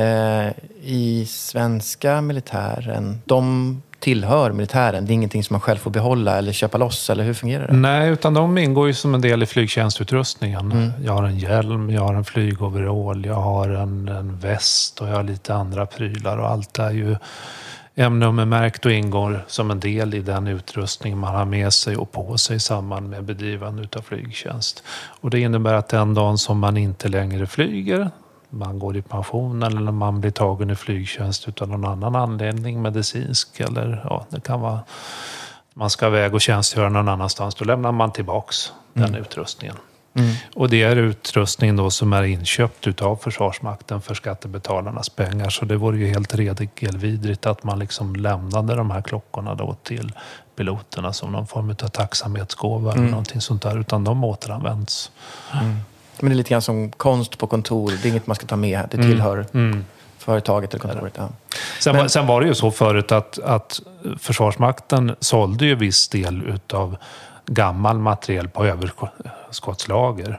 i svenska militären, de tillhör militären. Det är ingenting som man själv får behålla eller köpa loss, eller hur fungerar det? Nej, utan de ingår ju som en del i flygtjänstutrustningen. Jag har en hjälm, jag har en flygoverall, jag har en väst och jag har lite andra prylar, och allt är ju M-nummermärkt och ingår som en del i den utrustning man har med sig och på sig i samband med bedrivande utav flygtjänst. Och det innebär att den dagen som man inte längre flyger, man går i pension eller när man blir tagen i flygtjänst utan någon annan anledning, medicinsk eller det kan vara man ska iväg och tjänstgöra någon annanstans, då lämnar man tillbaks den utrustningen. Och det är utrustning då som är inköpt utav Försvarsmakten för skattebetalarnas pengar, så det vore ju helt regelvidrigt att man liksom lämnade de här klockorna då till piloterna som någon form av tacksamhetsgåva eller någonting sånt där, utan de återanvänds. Men det är lite grann som konst på kontor. Det är inget man ska ta med. Det tillhör företaget eller kontoret. Ja. Sen var det ju så förut att Försvarsmakten sålde ju viss del utav gammal materiel på överskottslager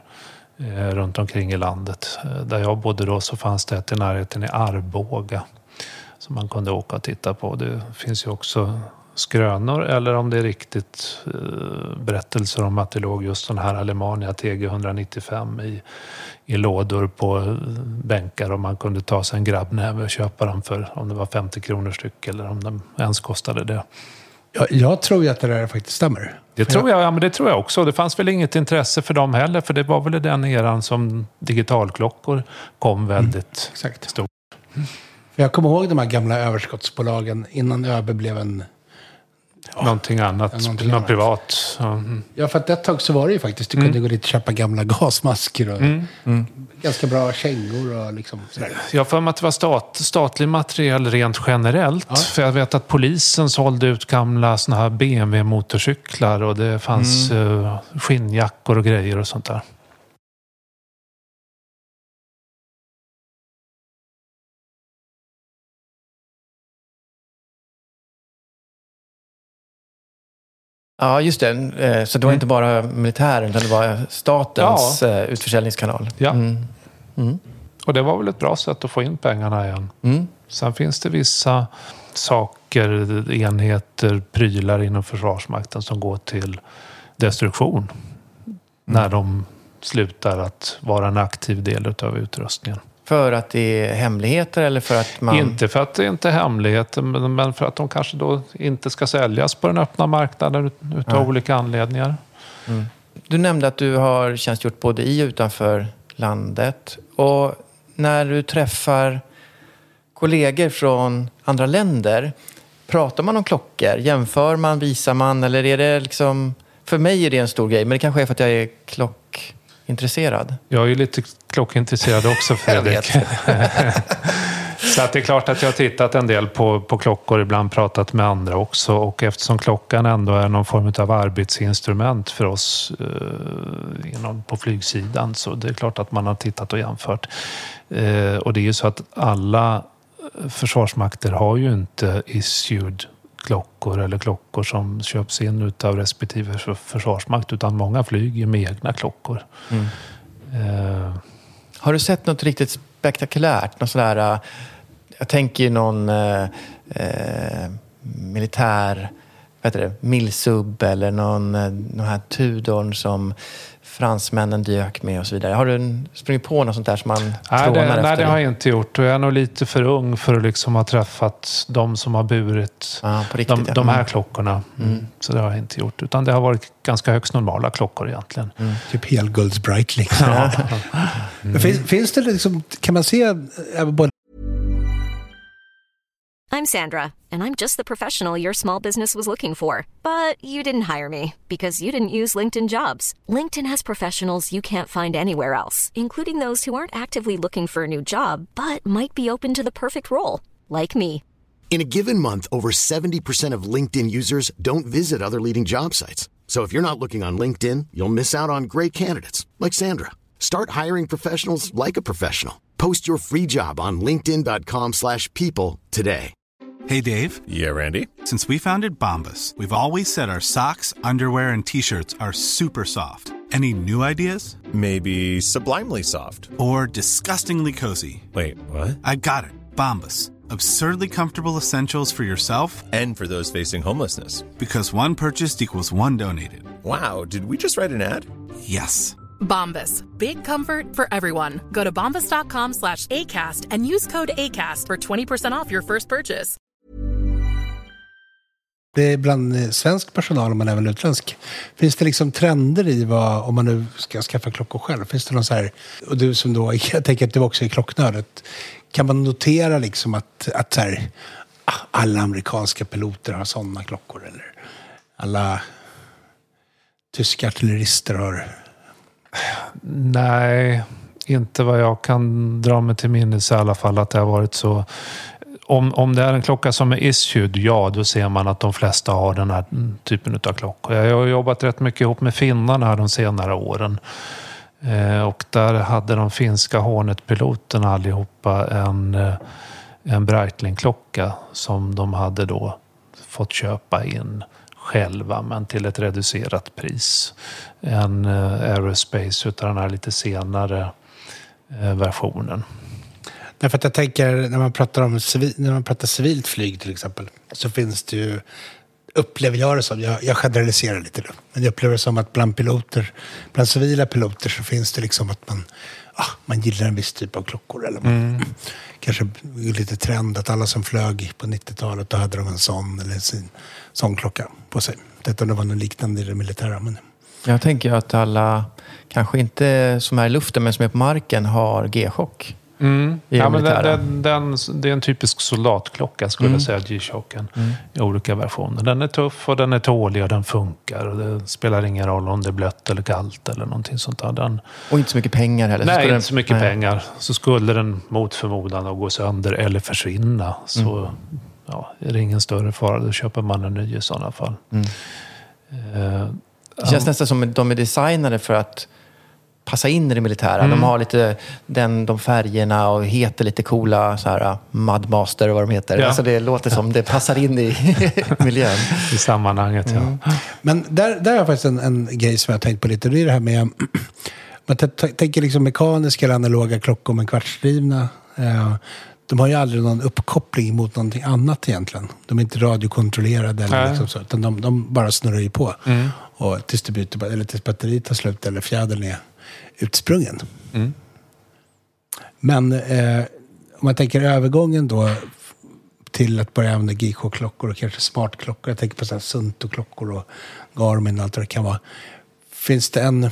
runt omkring i landet. Där jag bodde då så fanns det ett i närheten i Arboga som man kunde åka och titta på. Det finns ju också skrönor, eller om det är riktigt berättelser om att det låg just den här Alemania TG 195 i lådor på bänkar, och man kunde ta sig en grabbnäve och köpa dem för om det var 50 kronor styck eller om de ens kostade det. Jag tror ju att det där faktiskt stämmer. Det tror jag, men det tror jag också. Det fanns väl inget intresse för dem heller, för det var väl den eran som digitalklockor kom väldigt stort. För jag kommer ihåg de här gamla överskottsbolagen innan ÖB blev en... någonting annat, någon privat. Ja, för att ett tag så var det ju faktiskt, du kunde gå dit och köpa gamla gasmasker och ganska bra kängor och liksom sådär. Jag får med att det var statlig materiel rent generellt. Ja. För jag vet att polisen sålde ut gamla såna här BMW-motorcyklar och det fanns skinnjackor och grejer och sånt där. Ja, just det. Så det var inte bara militären, utan det var statens utförsäljningskanal. Ja. Och det var väl ett bra sätt att få in pengarna igen. Sen finns det vissa saker, enheter, prylar inom Försvarsmakten som går till destruktion. När de slutar att vara en aktiv del av utrustningen. För att det är hemligheter eller för att man... Inte för att det inte är hemligheter, men för att de kanske då inte ska säljas på den öppna marknaden utav olika anledningar. Mm. Du nämnde att du har tjänstgjort både i och utanför landet. Och när du träffar kollegor från andra länder, pratar man om klockor? Jämför man, visar man? Eller är det liksom... För mig är det en stor grej, men det kanske är för att jag är klockintresserad. Jag är ju lite klockintresserad också, Fredrik. Så att det är klart att jag har tittat en del på klockor, ibland pratat med andra också. Och eftersom klockan ändå är någon form av arbetsinstrument för oss på flygsidan, så det är klart att man har tittat och jämfört. Och det är ju så att alla försvarsmakter har ju inte issued klockor eller klockor som köps in utav respektive försvarsmakt, utan många flyger med egna klockor. Har du sett något riktigt spektakulärt? Något sådär, jag tänker någon militär, vad heter det, Milsub eller någon här Tudorn som fransmännen dök med och så vidare. Har du sprungit på något sånt där som man trånar efter? Nej, det har jag inte gjort. Och jag är nog lite för ung för att liksom ha träffat de som har burit de här klockorna. Så det har jag inte gjort. Utan det har varit ganska högst normala klockor egentligen. Typ helgulds Breitling. Finns det liksom, kan man se både... I'm Sandra, and I'm just the professional your small business was looking for. But you didn't hire me because you didn't use LinkedIn Jobs. LinkedIn has professionals you can't find anywhere else, including those who aren't actively looking for a new job, but might be open to the perfect role, like me. In a given month, over 70% of LinkedIn users don't visit other leading job sites. So if you're not looking on LinkedIn, you'll miss out on great candidates like Sandra. Start hiring professionals like a professional. Post your free job on linkedin.com/people today. Hey, Dave. Yeah, Randy. Since we founded Bombas, we've always said our socks, underwear, and T-shirts are super soft. Any new ideas? Maybe sublimely soft. Or disgustingly cozy. Wait, what? I got it. Bombas. Absurdly comfortable essentials for yourself and for those facing homelessness. Because one purchased equals one donated. Wow, did we just write an ad? Yes. Bombas. Big comfort for everyone. Go to bombas.com/ACAST and use code ACAST for 20% off your first purchase. Det är bland svensk personal, men även utländsk. Finns det liksom trender i vad, om man nu ska skaffa klockor själv? Finns det någon så här, och du som då, jag tänker att du också är klocknördet, kan man notera liksom att så här, alla amerikanska piloter har sådana klockor, eller alla tyska artillerister har... Nej, inte vad jag kan dra mig till minnes i alla fall att det har varit så. Om det är en klocka som är issued, ja, då ser man att de flesta har den här typen av klockor. Jag har jobbat rätt mycket ihop med finnarna här de senare åren. Och där hade de finska Hornet-piloterna allihopa en Breitling-klocka som de hade då fått köpa in själva, men till ett reducerat pris. En Aerospace utan den här lite senare versionen. Därför att jag tänker, när man pratar civilt flyg till exempel, så finns det ju, upplever jag det som, jag generaliserar lite då, men jag upplever det som att bland civila piloter så finns det liksom att man gillar en viss typ av klockor, eller man kanske lite trend att alla som flög på 90-talet, då hade de en sån eller en sån klocka på sig. Detta var något liknande i det militära. Men... Jag tänker att alla, kanske inte som är i luften men som är på marken, har G-chock. Ja, men det är en typisk soldatklocka skulle jag säga, G-chocken i olika versioner. Den är tuff och den är tålig och den funkar, och det spelar ingen roll om det är blött eller kallt eller någonting sånt där. Och inte så mycket pengar heller. Nej, inte så mycket pengar. Så skulle den mot förmodan att gå sönder eller försvinna, så är det ingen större fara. Då köper man en ny i sådana fall. Det känns nästan som de är designade för att passa in i det militära. De har lite de färgerna och heter lite coola så här Mudmaster och vad de heter. Ja. Alltså det låter som det passar in i miljön. I sammanhanget, ja. Men där har jag faktiskt en grej som jag har tänkt på lite. Det är det här med, man tänker liksom mekaniska eller analoga klockor med kvartsdrivna. De har ju aldrig någon uppkoppling mot någonting annat egentligen. De är inte radiokontrollerade eller liksom så, utan de bara snurrar ju på. Och tills batteriet tar slut eller fjädern utsprungen. Men om man tänker övergången då till att börja använda GK-klockor och kanske smartklockor. Jag tänker på så här Sunto-klockor och Garmin och allt vad det kan vara. Finns det en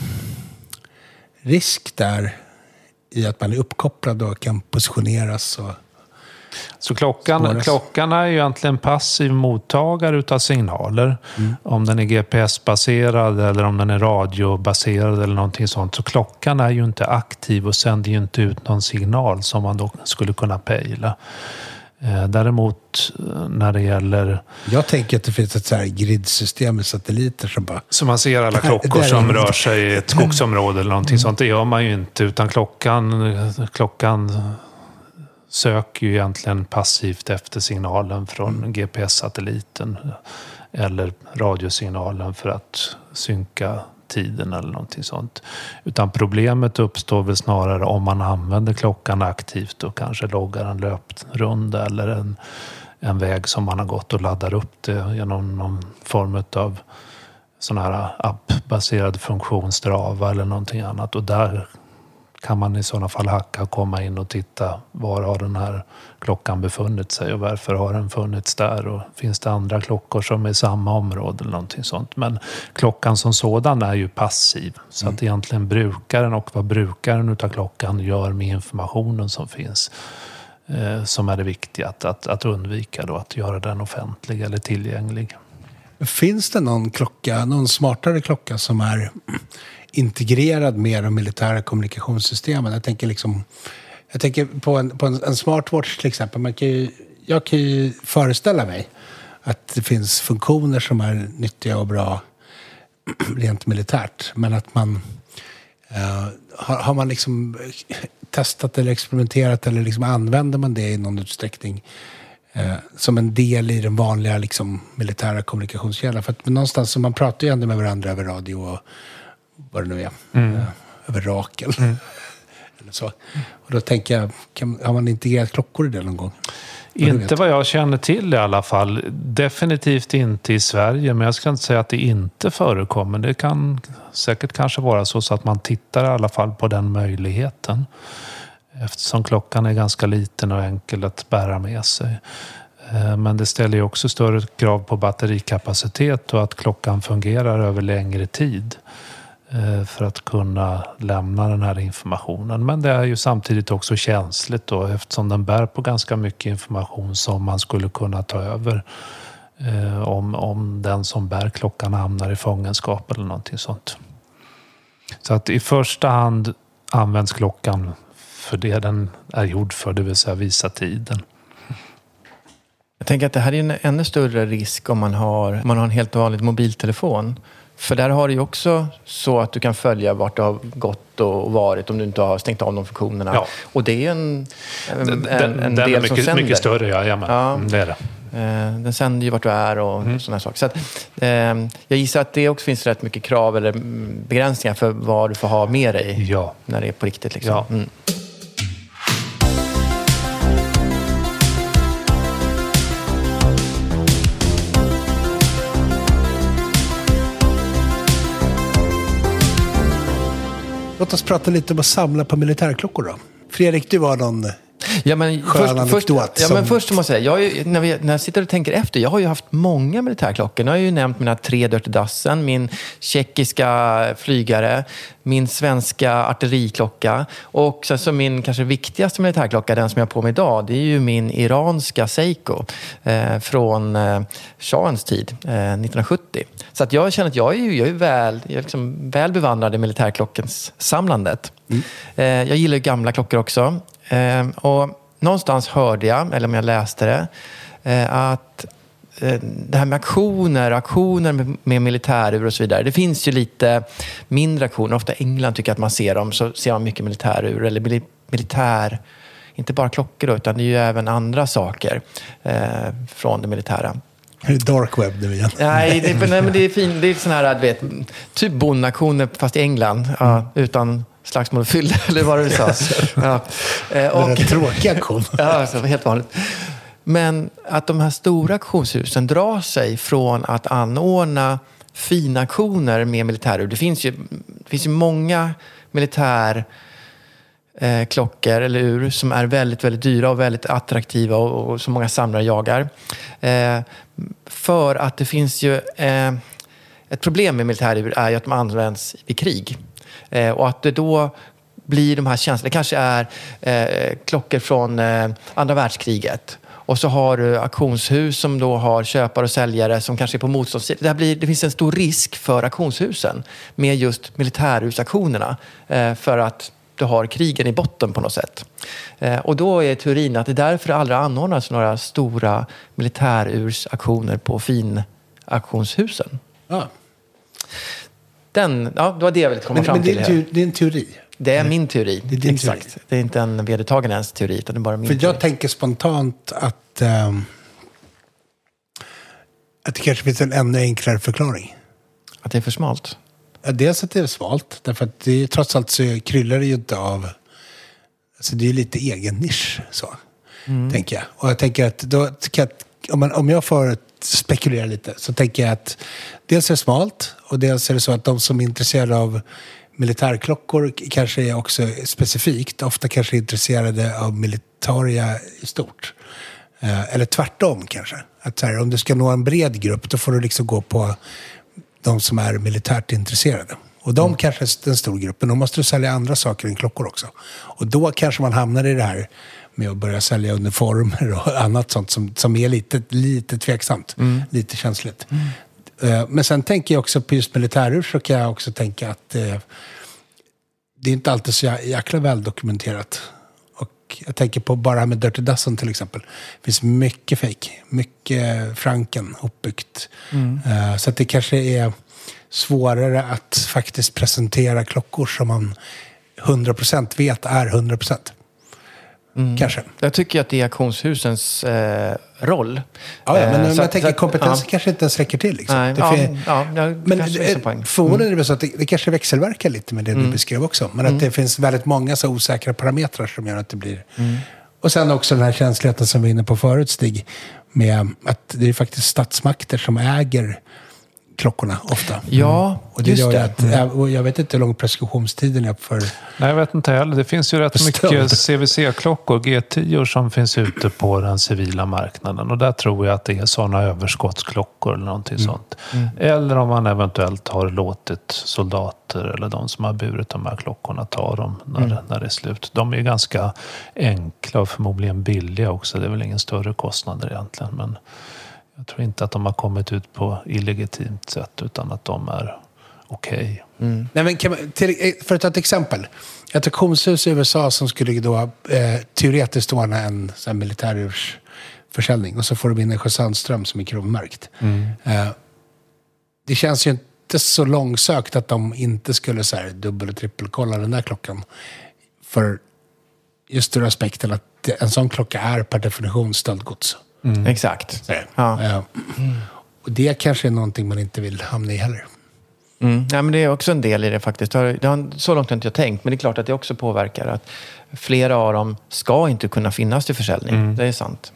risk där i att man är uppkopplad och kan positioneras? Så klockan är ju egentligen passiv mottagare utav signaler. Om den är GPS-baserad eller om den är radiobaserad eller någonting sånt. Så klockan är ju inte aktiv och sänder ju inte ut någon signal som man då skulle kunna pejla. Däremot när det gäller... Jag tänker att det finns ett så här gridsystem med satelliter som bara... Så man ser alla klockor som rör sig i ett skogsområde eller någonting sånt. Det gör man ju inte, utan klockan söker ju egentligen passivt efter signalen från GPS-satelliten eller radiosignalen för att synka tiden eller någonting sånt. Utan problemet uppstår väl snarare om man använder klockan aktivt och kanske loggar en löprunda eller en väg som man har gått och laddar upp det genom någon form av sån här appbaserad funktion, Strava eller någonting annat. Och där kan man i sådana fall hacka och komma in och titta var har den här klockan befunnit sig och varför har den funnits där och finns det andra klockor som är i samma område eller någonting sånt. Men klockan som sådan är ju passiv, så att egentligen brukaren och vad brukaren utav klockan gör med informationen som finns som är det viktiga att undvika då, att göra den offentlig eller tillgänglig. Finns det någon smartare klocka som är integrerad med de militära kommunikationssystemen? Jag tänker på en smartwatch till exempel. Jag kan ju föreställa mig att det finns funktioner som är nyttiga och bra rent militärt. Men att man har man liksom testat eller experimenterat eller liksom använder man det i någon utsträckning som en del i den vanliga liksom militära kommunikationskedjan? För att någonstans så man pratar ju ändå med varandra över radio och vad det nu är, över Rakel eller så. Och då tänker jag, har man integrerat klockor i det någon gång? Inte vad jag känner till i alla fall. Definitivt inte i Sverige, men jag ska inte säga att det inte förekommer. Det kan säkert kanske vara så att man tittar i alla fall på den möjligheten. Eftersom klockan är ganska liten och enkel att bära med sig. Men det ställer ju också större krav på batterikapacitet och att klockan fungerar över längre tid för att kunna lämna den här informationen. Men det är ju samtidigt också känsligt då, eftersom den bär på ganska mycket information som man skulle kunna ta över om den som bär klockan hamnar i fångenskap eller någonting sånt. Så att i första hand används klockan för det den är gjord för, det vill säga visa tiden. Jag tänker att det här är en ännu större risk om man har en helt vanlig mobiltelefon. För där har du ju också så att du kan följa vart du har gått och varit om du inte har stängt av de funktionerna. Ja. Och det är en den del är som sänder. Mycket större, ja. Det är det. Den sänder ju vart du är och sådana saker. Så att, jag gissar att det också finns rätt mycket krav eller begränsningar för vad du får ha med dig när det är på riktigt. Liksom. Ja. Låt oss prata lite om att samla på militärklockor då. Fredrik, du var någon skön anekdot. Men först måste jag säga, när jag sitter och tänker efter, jag har ju haft många militärklockor. Nu har jag ju nämnt mina 3 Dirty Dozen, min tjeckiska flygare, min svenska artilleriklocka och sen så min kanske viktigaste militärklocka, den som jag har på mig idag, det är ju min iranska Seiko från shahens tid, 1970. Så att jag känner att jag är liksom väl bevandrad i militärklockens samlandet. Jag gillar ju gamla klockor också. Och någonstans hörde jag, eller om jag läste det, att det här med aktioner med militärur och så vidare. Det finns ju lite mindre aktioner. Ofta i England tycker jag att man ser dem, så ser man mycket militärur eller militär, inte bara klockor då, utan det är ju även andra saker från det militära. Är det dark web nu igen? Nej, men det är fint. Det är sån här, du vet, typ bondaktioner fast i England, utan slagsmål och fylla, eller vad du sa. Och en tråkig aktion. Ja, helt vanligt. Men att de här stora auktionshusen drar sig från att anordna fina aktioner med militärur. Det finns ju många militär klockor eller ur som är väldigt, väldigt dyra och väldigt attraktiva och som många samlare jagar. För att det finns ju ett problem med militärur är ju att de används vid krig. Och att det då blir de här känslorna. Det kanske är klockor från andra världskriget. Och så har du auktionshus som då har köpare och säljare som kanske är på motståndssidan. Det finns en stor risk för auktionshusen med just militärhusaktionerna. För att du har krigen i botten på något sätt. Och då är teorin att det är därför det aldrig anordnas några stora militärursaktioner på finauktionshusen. Ja. Det var det jag ville komma fram till. Men det är en teori. Det är min teori. Det är din Exakt. teori. Det är inte en vedertagen ens teori, utan det är bara min teori. Jag tänker spontant att det kanske finns en ännu enklare förklaring. Att det är för smalt? Ja, dels att det är smalt. Därför att det, trots allt så kryllar det ju inte av... Alltså det är lite egen nisch, så. Tänker jag. Och jag tänker att, om jag får spekulera lite, så tänker jag att dels är det smalt, och dels är det så att de som är intresserade av militärklockor kanske är också specifikt, ofta kanske är intresserade av militaria i stort. Eller tvärtom kanske. Att så här, om du ska nå en bred grupp, då får du liksom gå på de som är militärt intresserade. Och de kanske är en stor grupp, men då måste du sälja andra saker än klockor också. Och då kanske man hamnar i det här med att börja sälja uniformer och annat sånt som är lite tveksamt. Lite känsligt. Men sen tänker jag också på just militärur, så kan jag också tänka att det är inte alltid så jäkla väl dokumenterat. Och jag tänker på bara med Dirty Dozen till exempel. Det finns mycket fake, mycket franken uppbyggt. Så att det kanske är svårare att faktiskt presentera klockor som man 100% vet är 100%. Kanske. Jag tycker att det är auktionshusens roll. Ja, men jag tänker kompetensen kanske inte ens räcker till. Liksom. Nej, men förvånande är det så att det kanske växelverkar lite med det du beskrev också. Men att det finns väldigt många så osäkra parametrar som gör att det blir... Och sen också den här känsligheten som vi är inne på förut, Stig, med att det är faktiskt statsmakter som äger klockorna ofta. Ja, och det gör att, och jag vet inte hur lång preskriptionstiden är för... Nej, jag vet inte heller. Det finns ju rätt mycket CVC-klockor, G10 som finns ute på den civila marknaden. Och där tror jag att det är sådana överskottsklockor eller någonting sånt. Eller om man eventuellt har låtit soldater eller de som har burit de här klockorna ta dem när det är slut. De är ju ganska enkla och förmodligen billiga också. Det är väl ingen större kostnader egentligen, men... Jag tror inte att de har kommit ut på illegitimt sätt, utan att de är okej. Nej, men för att ta ett exempel. Ett auktionshus i USA som skulle då teoretiskt ordna en militärursförsäljning, och så får de in en Sjösandström som är kronmärkt. Det känns ju inte så långsökt att de inte skulle så här dubbel- och trippelkolla den där klockan. För just ur aspekten att en sån klocka är per definition stöldgods. Exakt. Och det kanske är någonting man inte vill hamna i heller. Ja, men det är också en del i det faktiskt. Så långt har inte jag tänkt, men det är klart att det också påverkar att flera av dem ska inte kunna finnas till försäljning. Det är sant.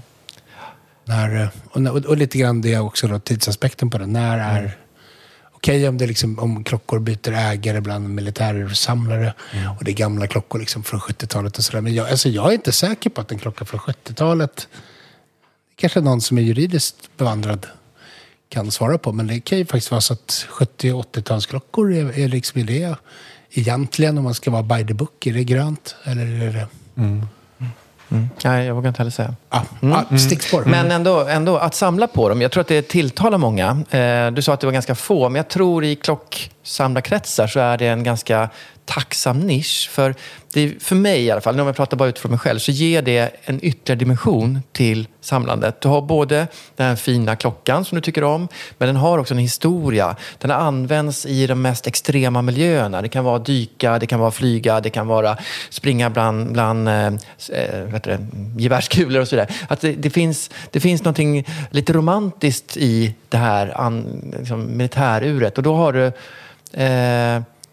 Och lite grann det är också då tidsaspekten på det. När är okej om det liksom, om klockor byter ägare bland militärsamlare och det är gamla klockor liksom från 70-talet och sådär. Men jag är inte säker på att en klocka från 70-talet, kanske någon som är juridiskt bevandrad kan svara på, men det kan ju faktiskt vara så att 70- och 80-talsklockor är liksom det egentligen, om man ska vara by the book, är det grönt eller är det... Nej, jag vågar inte heller säga. Stickspår. Men ändå att samla på dem, jag tror att det tilltalar många. Du sa att det var ganska få, men jag tror i klocksamlarkretsar så är det en ganska tacksam nisch. För mig i alla fall, när jag pratar bara utifrån mig själv, så ger det en ytterligare dimension till samlandet. Du har både den här fina klockan som du tycker om, men den har också en historia. Den används i de mest extrema miljöerna. Det kan vara dyka, det kan vara flyga, det kan vara springa bland gevärskulor och sådär. Att det finns någonting lite romantiskt i det här liksom, militäruret. Och då har du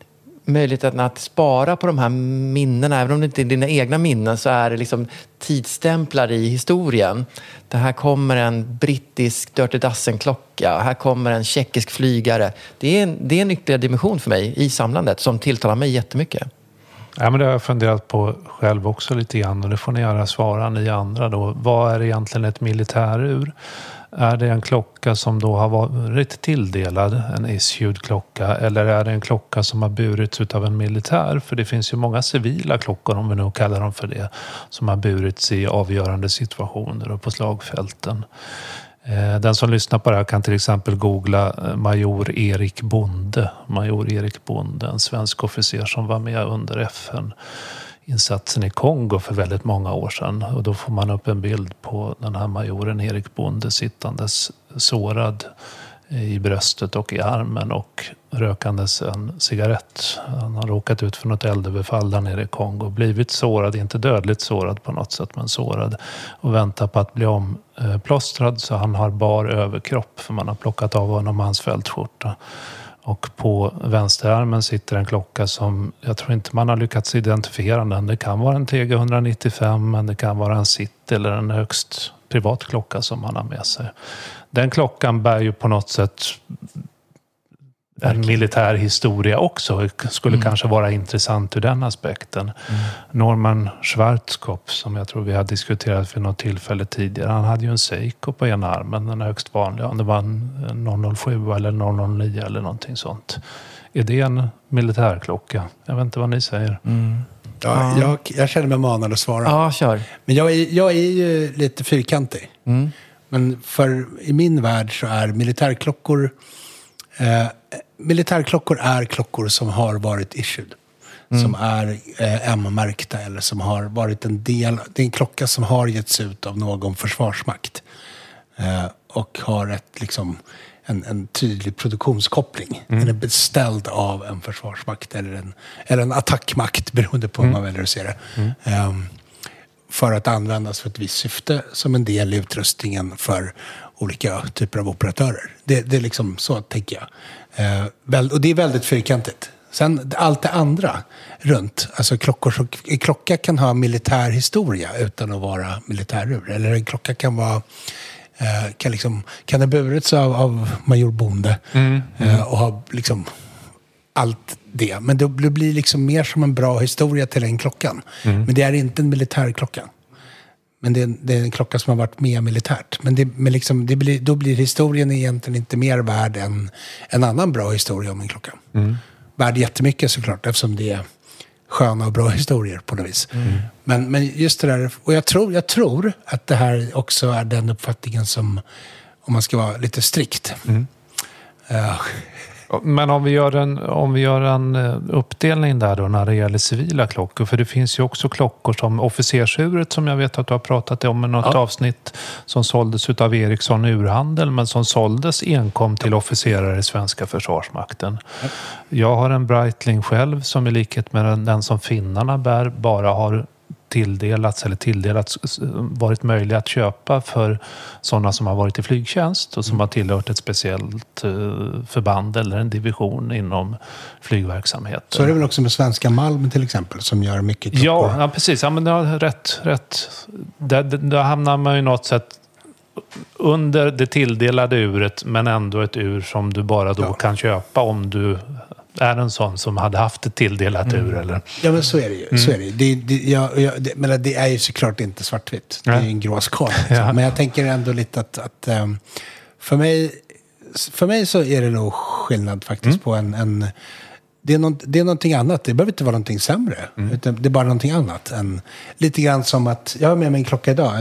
möjligheten att spara på de här minnena, även om det inte är dina egna minnen, så är det liksom tidsstämplar i historien. Det här kommer en brittisk Dirty Dozen-klocka, här kommer en tjeckisk flygare. Det är en ytterligare dimension för mig i samlandet som tilltalar mig jättemycket. Ja, men det har jag funderat på själv också lite grann, och det får ni göra svara ni andra då. Vad är egentligen ett militärur? Är det en klocka som då har varit tilldelad en issued klocka, eller är det en klocka som har burits av en militär? För det finns ju många civila klockor, om vi nu kallar dem för det, som har burits i avgörande situationer och på slagfälten. Den som lyssnar på det här kan till exempel googla major Erik Bonde. Major Erik Bonde, en svensk officer som var med under FN-insatsen i Kongo för väldigt många år sedan. Och då får man upp en bild på den här majoren Erik Bonde sittandes sårad i bröstet och i armen och rökandes en cigarett. Han har råkat ut för något eldöverfall där nere i Kongo. Blivit sårad, inte dödligt sårad på något sätt, men sårad. Och väntar på att bli omplåstrad, så han har bar överkropp, för man har plockat av honom hans fältskjorta. Och på vänsterarmen sitter en klocka som jag tror inte man har lyckats identifiera den. Det kan vara en TG 195, men det kan vara en City eller en högst privat klocka som man har med sig. Den klockan bär ju på något sätt en militär historia också. Skulle kanske vara intressant ur den aspekten. Norman Schwarzkopf, som jag tror vi har diskuterat för något tillfälle tidigare, han hade ju en Seiko på ena armen, den högst vanliga. Det var en 007 eller 009 eller någonting sånt. Är det en militärklocka? Jag vet inte vad ni säger. Ja, jag känner mig manad att svara. Ja, kör. Men jag är ju lite fyrkantig. Men i min värld så är militärklockor är klockor som har varit issued. Som är M-märkta eller som har varit en del. Det är en klocka som har getts ut av någon försvarsmakt. Och har en tydlig produktionskoppling. Den är beställd av en försvarsmakt eller en attackmakt, beroende på hur man väljer att se det. För att användas för ett visst syfte som en del i utrustningen för olika typer av operatörer. Det är liksom så, tänker jag. Och det är väldigt fyrkantigt. Sen allt det andra runt, alltså en klocka kan ha militär historia utan att vara militärur. Eller en klocka kan vara kan ha burits av major Bonde och ha allt det. Men det blir mer som en bra historia till den klockan. Men det är inte en militärklocka. Men det är en klocka som har varit med militärt. Men då blir historien egentligen inte mer värd än en annan bra historia om en klocka. Värd jättemycket såklart, eftersom det är sköna och bra historier på något vis. Men just det där, och jag tror att det här också är den uppfattningen som, om man ska vara lite strikt. Men om vi gör en uppdelning där då när det gäller civila klockor, för det finns ju också klockor som officersuret, som jag vet att du har pratat om i något avsnitt, som såldes utav Ericsson Urhandel, men som såldes enkom till officerare i svenska försvarsmakten. Jag har en Breitling själv som i likhet med den som finnarna bär bara har tilldelats varit möjligt att köpa för sådana som har varit i flygtjänst och som har tillhört ett speciellt förband eller en division inom flygverksamheten. Så är det väl också med svenska Malm till exempel, som gör mycket klockor. Ja, precis. Ja, men det har rätt. Där hamnar man ju något sätt under det tilldelade uret, men ändå ett ur som du bara då kan köpa om du är en sån som hade haft ett tilldelat ur, eller? Ja, men så är det ju. Så är det. Men det är ju såklart inte svartvitt. Det är ju en grå skala. Men jag tänker ändå lite att för mig så är det nog skillnad faktiskt på en det är någonting annat. Det behöver inte vara någonting sämre. Utan det är bara någonting annat. Lite grann som att jag har med mig en klocka idag.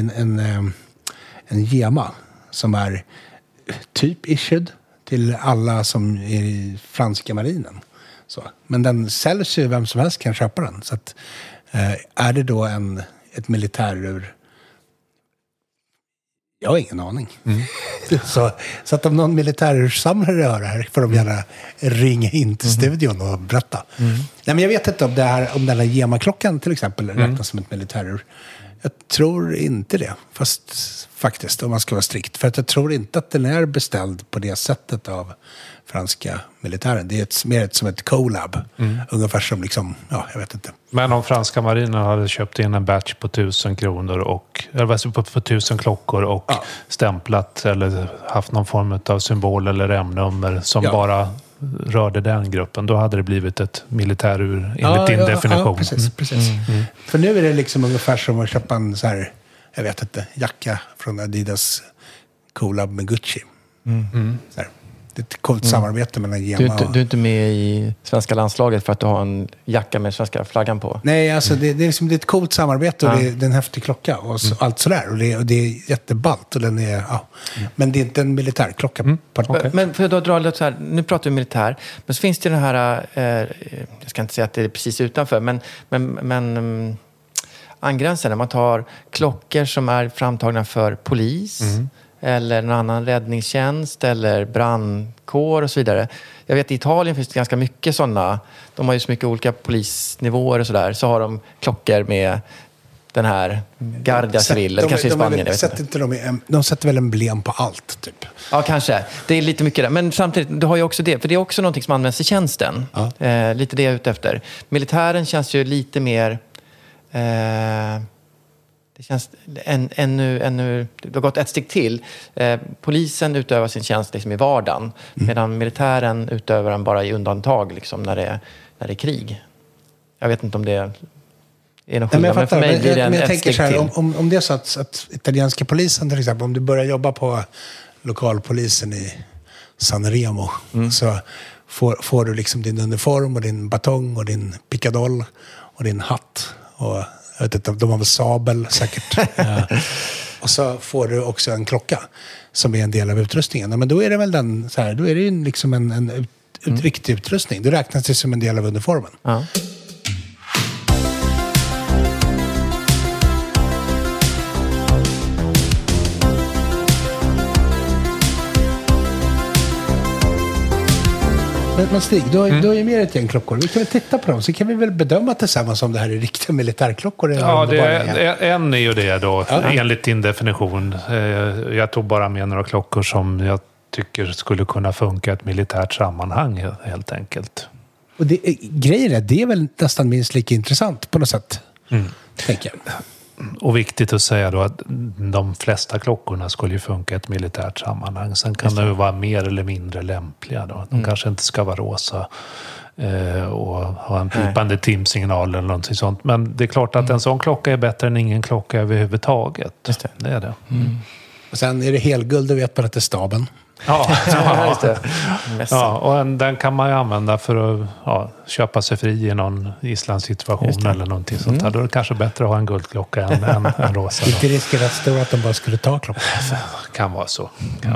En Gema som är typ issued till alla som är i franska marinen. Så. Men den säljs ju, vem som helst kan köpa den. Så att, är det då ett militärur? Jag har ingen aning. Så att om någon militärursamlare hör det här får de gärna ringa in till studion och berätta. Nej, men jag vet inte om den här Gema-klockan till exempel räknas som ett militärur. Jag tror inte det. Fast faktiskt, om man ska vara strikt. För att jag tror inte att den är beställd på det sättet av franska militären. Det är mer som ett collab. Ungefär som liksom, jag vet inte. Men om franska marinen hade köpt in en batch på 1000 kronor eller på 1000 klockor och stämplat eller haft någon form av symbol eller remnummer som bara rörde den gruppen, då hade det blivit ett militärur enligt din definition. Ja, precis. För nu är det liksom ungefär som att köpa en så här, jag vet inte, jacka från Adidas collab med Gucci. Så här. Det är ett coolt samarbete mellan GEMA och... Du är inte med i svenska landslaget för att du har en jacka med svenska flaggan på? Nej, alltså det är ett coolt samarbete och det är en häftig klocka och allt sådär. Och det är jätteballt och den är... Men det är inte en militärklocka. Men för att då dra lite så här, nu pratar vi militär, men så finns det den här, jag ska inte säga att det är precis utanför, men angränsande, man tar klockor som är framtagna för polis, eller en annan räddningstjänst eller brandkår och så vidare. Jag vet i Italien finns det ganska mycket sådana. De har ju så mycket olika polisnivåer och sådär. Så har de klockor med den här Guardia Civil, eller kanske i Spanien. De sätter väl emblem på allt, typ. Ja, kanske. Det är lite mycket där. Men samtidigt, du har ju också det. För det är också någonting som används i tjänsten. Lite det jag är ute efter. Militären känns ju lite mer... Det känns ännu det har gått ett steg till. Polisen utövar sin tjänst liksom i vardagen. Medan militären utövar den bara i undantag liksom, när det är krig. Jag vet inte om det är någon skillnad. Men för mig blir det ett steg till. Om det är så att italienska polisen till exempel, om du börjar jobba på lokalpolisen i Sanremo så får du liksom din uniform och din batong och din pickadoll och din hatt och jag vet inte, de har väl sabel säkert. Och så får du också en klocka som är en del av utrustningen. Men då är det väl den så här, då är det ju liksom en riktig utrustning. Det räknas det som en del av uniformen. Ja. Men Stig, du har ju med ett gäng klockor. Vi kan väl titta på dem, så kan vi väl bedöma tillsammans om det här är riktiga militärklockor. En är ju det då, enligt din definition. Jag tog bara med några klockor som jag tycker skulle kunna funka i ett militärt sammanhang, helt enkelt. Och grejen är, det är väl nästan minst lika intressant på något sätt, tänker jag. Och viktigt att säga då att de flesta klockorna skulle ju funka i ett militärt sammanhang. Sen kan de ju vara mer eller mindre lämpliga då. De kanske inte ska vara rosa och ha en pipande timsignal eller någonting sånt. Men det är klart att en sån klocka är bättre än ingen klocka överhuvudtaget. Det är det. Och sen är det helguld, då vet man att det är staben. Just det. Och den kan man ju använda för att köpa sig fri i någon islandssituation eller någonting sånt här. Då är det kanske bättre att ha en guldklocka än en rosa. Inte risken att stor att de bara skulle ta klockan. Kan vara så.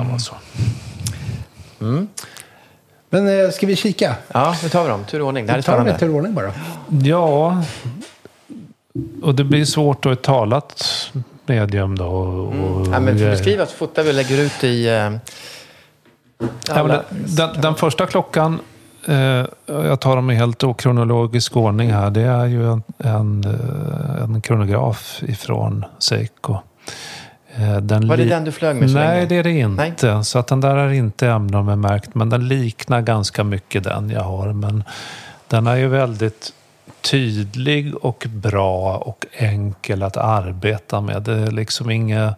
Men ska vi kika? Ja, nu tar vi dem. Turordning. Det här är spännande. Turordning bara. Ja, och det blir svårt att talat medium då. Men för att beskriva så fotar vi och lägger ut i... Den första klockan, jag tar dem i helt okronologisk ordning här, det är ju en kronograf ifrån Seiko. Var det den du flög med så länge? Nej, det är det inte. Nej. Så att den där är inte ämnesmärkt, men den liknar ganska mycket den jag har. Men den är ju väldigt tydlig och bra och enkel att arbeta med. Det är liksom inga...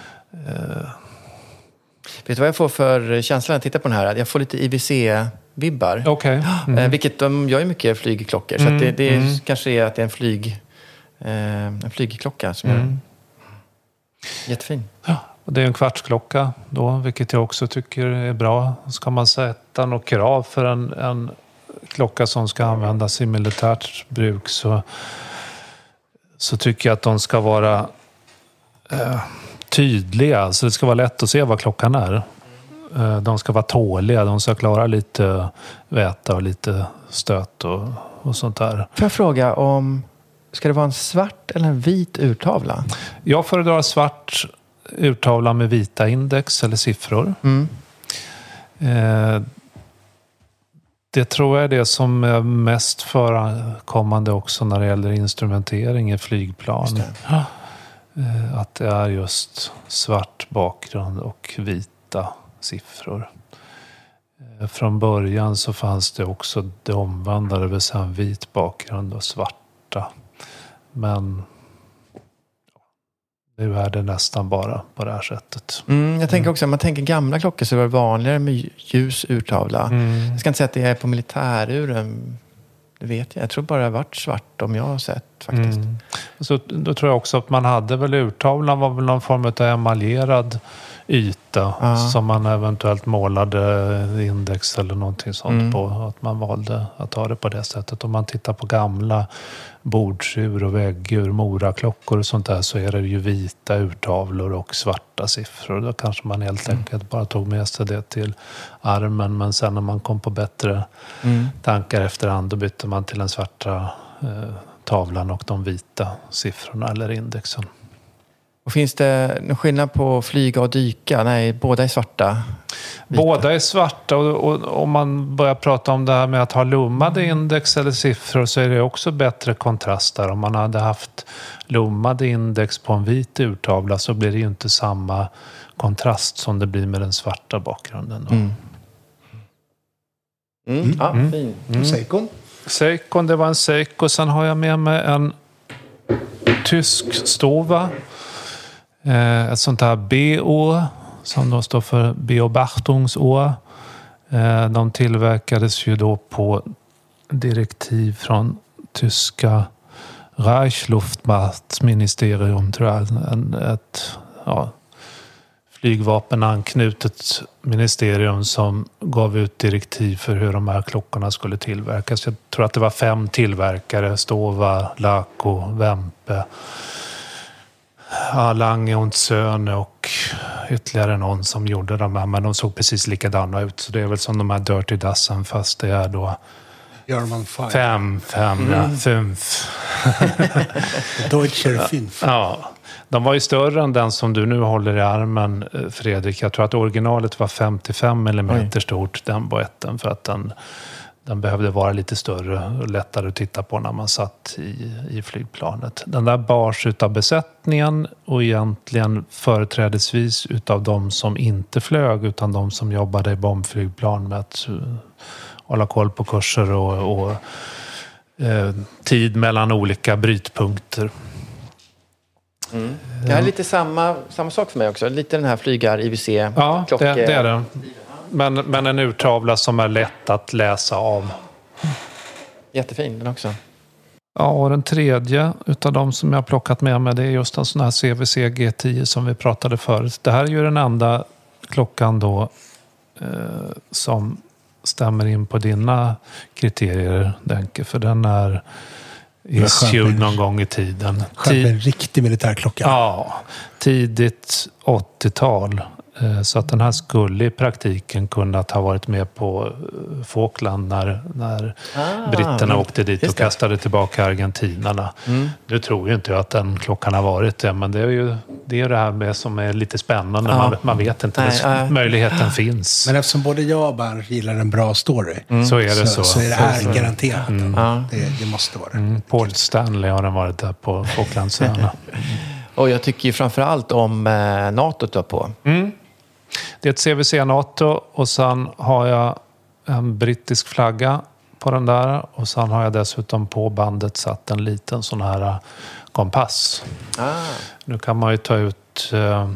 Vet du vad jag får för känsla när jag tittar på den här? Jag får lite IWC-vibbar. Okej. Vilket de gör ju mycket flygklockor. Så att det kanske är att det är en flygklocka som är jättefin. Ja, och det är en kvartsklocka då, vilket jag också tycker är bra. Ska man sätta något krav för en klocka som ska användas i militärt bruk så tycker jag att de ska vara tydliga. Så det ska vara lätt att se vad klockan är. De ska vara tåliga. De ska klara lite väta och lite stöt och sånt där. Får jag fråga om... Ska det vara en svart eller en vit urtavla? Jag föredrar svart urtavla med vita index eller siffror. Det tror jag är det som är mest förekommande också när det gäller instrumentering i flygplan. att det är just svart bakgrund och vita siffror. Från början så fanns det också det omvandlade, det vill säga en vit bakgrund och svarta. Men nu är det nästan bara på det här sättet. Jag tänker också, om man tänker gamla klockor så var det vanligare med ljus urtavla. Jag ska inte säga att det är på militäruren. Det vet jag. Jag tror bara det har varit svart om jag har sett faktiskt. Så då tror jag också att man hade väl urtavlan var väl någon form av emaljerad yta som man eventuellt målade index eller någonting sånt på. Att man valde att ha det på det sättet. Om man tittar på gamla bordsur och väggur, moraklockor och sånt där, så är det ju vita urtavlor och svarta siffror. Då kanske man helt enkelt bara tog med sig det till armen. Men sen när man kom på bättre tankar efterhand, då bytte man till den svarta tavlan och de vita siffrorna eller indexen. Och finns det någon skillnad på flyga och dyka? Nej, båda är svarta. Vita. Båda är svarta, och om man börjar prata om det här med att ha lummade index eller siffror, så är det också bättre kontrast där. Om man hade haft lummade index på en vit urtavla så blir det ju inte samma kontrast som det blir med den svarta bakgrunden. Fin. Seikon? Seikon, det var en Seiko. Sen har jag med mig en tysk stova. Ett sånt här BO som då står för Beobachtungsår. De tillverkades ju då på direktiv från tyska Reichsluftfahrtministerium, tror jag. Ett flygvapenanknutet ministerium som gav ut direktiv för hur de här klockorna skulle tillverkas. Jag tror att det var 5 tillverkare: Stova, Laco, Wempe, Lange och Söne och ytterligare någon som gjorde de här, men de såg precis likadana ut. Så det är väl som de här Dirty Dozen, fast det är då German 5. Deutscher 5. Ja, de var ju större än den som du nu håller i armen, Fredrik. Jag tror att originalet var 55 mm stort, den boetten, för att den behövde vara lite större och lättare att titta på när man satt i flygplanet. Den där bars utav besättningen och egentligen företrädesvis utav de som inte flög, utan de som jobbade i bombflygplan med att hålla koll på kurser och tid mellan olika brytpunkter. Det är lite samma sak för mig också. Lite den här flygar-IWC. Ja, det är det. Men en urtavla som är lätt att läsa av. Jättefin den också. Ja, och den tredje utav de som jag har plockat med mig, det är just en sån här CVC G10 som vi pratade förut. Det här är ju den enda klockan då som stämmer in på dina kriterier, Denke. För den är issued någon gång i tiden. En riktig militärklocka. Ja, tidigt 80-tal. Så att den här skulle i praktiken kunnat ha varit med på Falkland när britterna åkte dit och kastade tillbaka argentinarna. Nu tror ju inte jag att den klockan har varit det, men det är ju det här med som är lite spännande. Man vet inte, möjligheten finns. Men eftersom både jag och Berns gillar en bra story, så är det så är det här garanterat. Det måste vara det. Paul Stanley har den varit där på Falklandsöarna. Och jag tycker ju framförallt om NATO då på. Det är ett CVC NATO, och sen har jag en brittisk flagga på den där, och sen har jag dessutom på bandet satt en liten sån här kompass. Nu kan man ju ta ut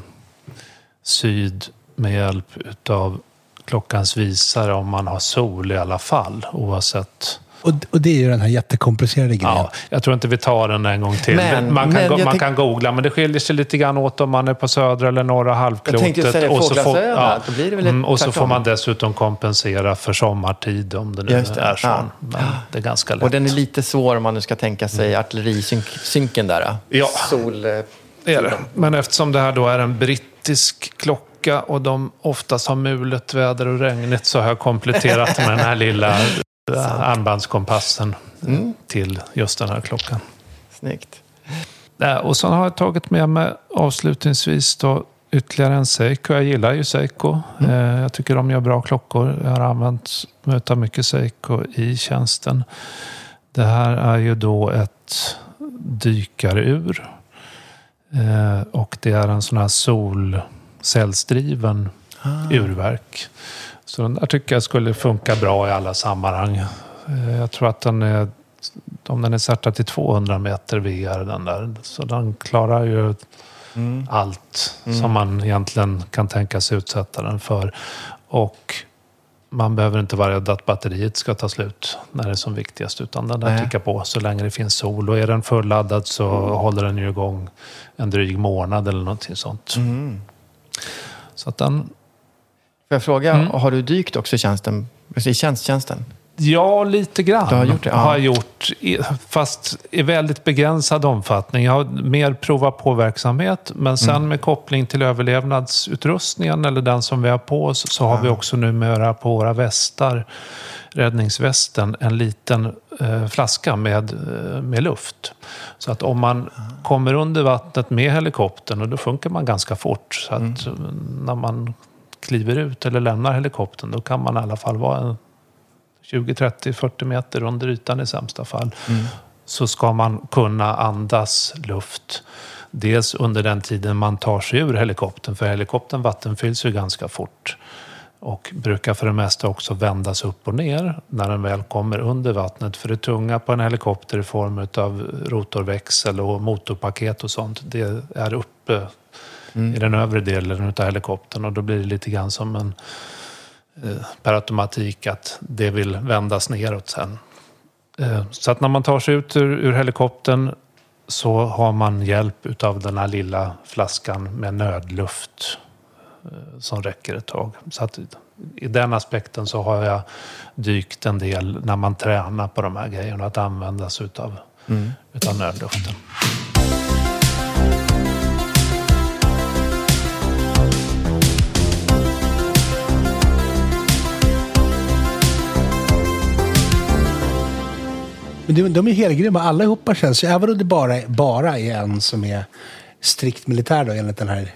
syd med hjälp utav klockans visare om man har sol i alla fall, oavsett. Och det är ju den här jättekomplicerade grejen. Ja, jag tror inte vi tar den en gång till. Man kan googla, men det skiljer sig lite grann åt om man är på södra eller norra halvklotet. Jag tänkte säga Fåglasöarna, då blir det väl och så får man dessutom kompensera för sommartid om det nu är så. Men det är ganska lätt. Och den är lite svår om man nu ska tänka sig artillerisynken där. Ja, sol, det är det. Men eftersom det här då är en brittisk klocka och de oftast har mulet, väder och regnigt, så har jag kompletterat med den här lilla armbandskompassen till just den här klockan. Snyggt. Och så har jag tagit med mig avslutningsvis då ytterligare en Seiko. Jag gillar ju Seiko. Jag tycker de gör bra klockor. Jag har använt mycket Seiko i tjänsten. Det här är ju då ett dykarur. Och det är en sån här solcellsdriven urverk. Så den där tycker jag skulle funka bra i alla sammanhang. Jag tror att om den är startad till 200 meter VR den där. Så den klarar ju allt som man egentligen kan tänka sig utsätta den för. Och man behöver inte vara rädd att batteriet ska ta slut när det är som viktigast. Utan den där tickar på så länge det finns sol. Och är den fulladdad så håller den ju igång en dryg månad eller någonting sånt. Så att den... Får jag fråga, har du dykt också i tjänsten? Ja, lite grann. Du har gjort det? Ja. Har jag gjort, fast i väldigt begränsad omfattning. Jag har mer provat på verksamhet, men sen med koppling till överlevnadsutrustningen eller den som vi har på oss, så har vi också numera på våra västar, räddningsvästen, en liten flaska med luft. Så att om man kommer under vattnet med helikoptern, och då funkar man ganska fort, så att när man kliver ut eller lämnar helikoptern, då kan man i alla fall vara 20, 30, 40 meter under ytan i sämsta fall. Så ska man kunna andas luft. Dels under den tiden man tar sig ur helikoptern. För helikoptern vattenfylls ju ganska fort. Och brukar för det mesta också vändas upp och ner när den väl kommer under vattnet. För det tunga på en helikopter i form av rotorväxel och motorpaket och sånt, det är uppe i den övre delen av helikoptern. Och då blir det lite grann som en per automatik att det vill vändas neråt sen. Så att när man tar sig ut ur helikoptern så har man hjälp av den här lilla flaskan med nödluft som räcker ett tag. Så att i den aspekten så har jag dykt en del när man tränar på de här grejerna, att använda sig utav nödluften. Men de är helgrymma. Allihopa känns ju, även om det bara är en som är strikt militär då, enligt den här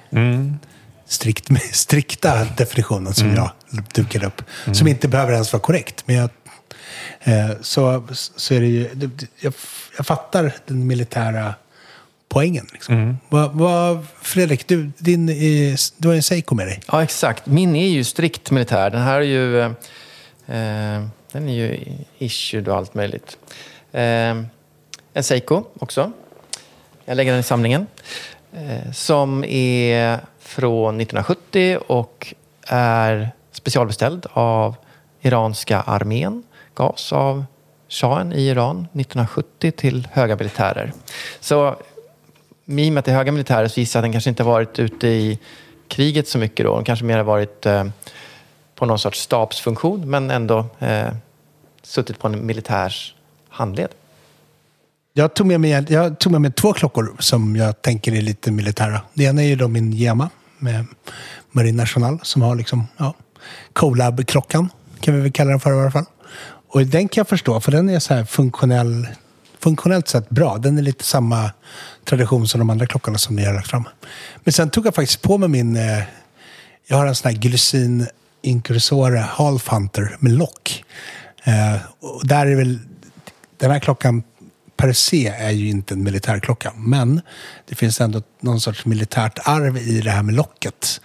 strikta definitionen som jag dukar upp. Som inte behöver ens vara korrekt. Men så är det ju... Jag fattar den militära poängen. Liksom. Fredrik, du har en Seiko med dig. Ja, exakt. Min är ju strikt militär. Den här är ju... den är ju issued och allt möjligt. En Seiko också. Jag lägger den i samlingen. Som är från 1970 och är specialbeställd av iranska armén. Gavs av shahen i Iran 1970 till höga militärer. Så i och med att det är höga militärer så gissar jag att den kanske inte har varit ute i kriget så mycket då. Den kanske mer har varit på någon sorts stabsfunktion, men ändå suttit på en militärs handled. Jag tog med mig 2 klockor som jag tänker är lite militära. Det ena är ju då min Yema med Marine National som har liksom, Colab-klockan kan vi väl kalla den för i alla fall. Och den kan jag förstå, för den är så här funktionellt sett bra. Den är lite samma tradition som de andra klockorna som ni har lagt fram. Men sen tog jag faktiskt på mig jag har en sån här Glycine Incursore Half Hunter med lock. Och där är väl den här klockan per se är ju inte en militärklocka, men det finns ändå någon sorts militärt arv i det här med locket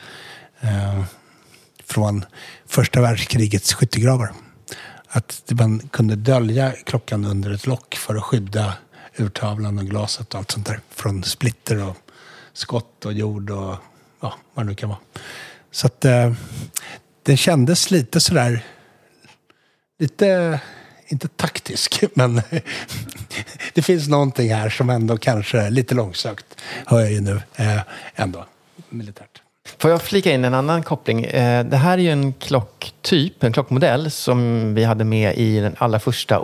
från första världskrigets skyttegravar. Att man kunde dölja klockan under ett lock för att skydda urtavlan och glaset och allt sånt där från splitter och skott och jord och vad det nu kan vara. Så att den kändes lite sådär, lite, inte taktisk, men det finns någonting här som ändå kanske lite långsökt, hör jag ju nu, ändå militärt. Får jag flika in en annan koppling? Det här är ju en klocktyp, en klockmodell som vi hade med i den allra första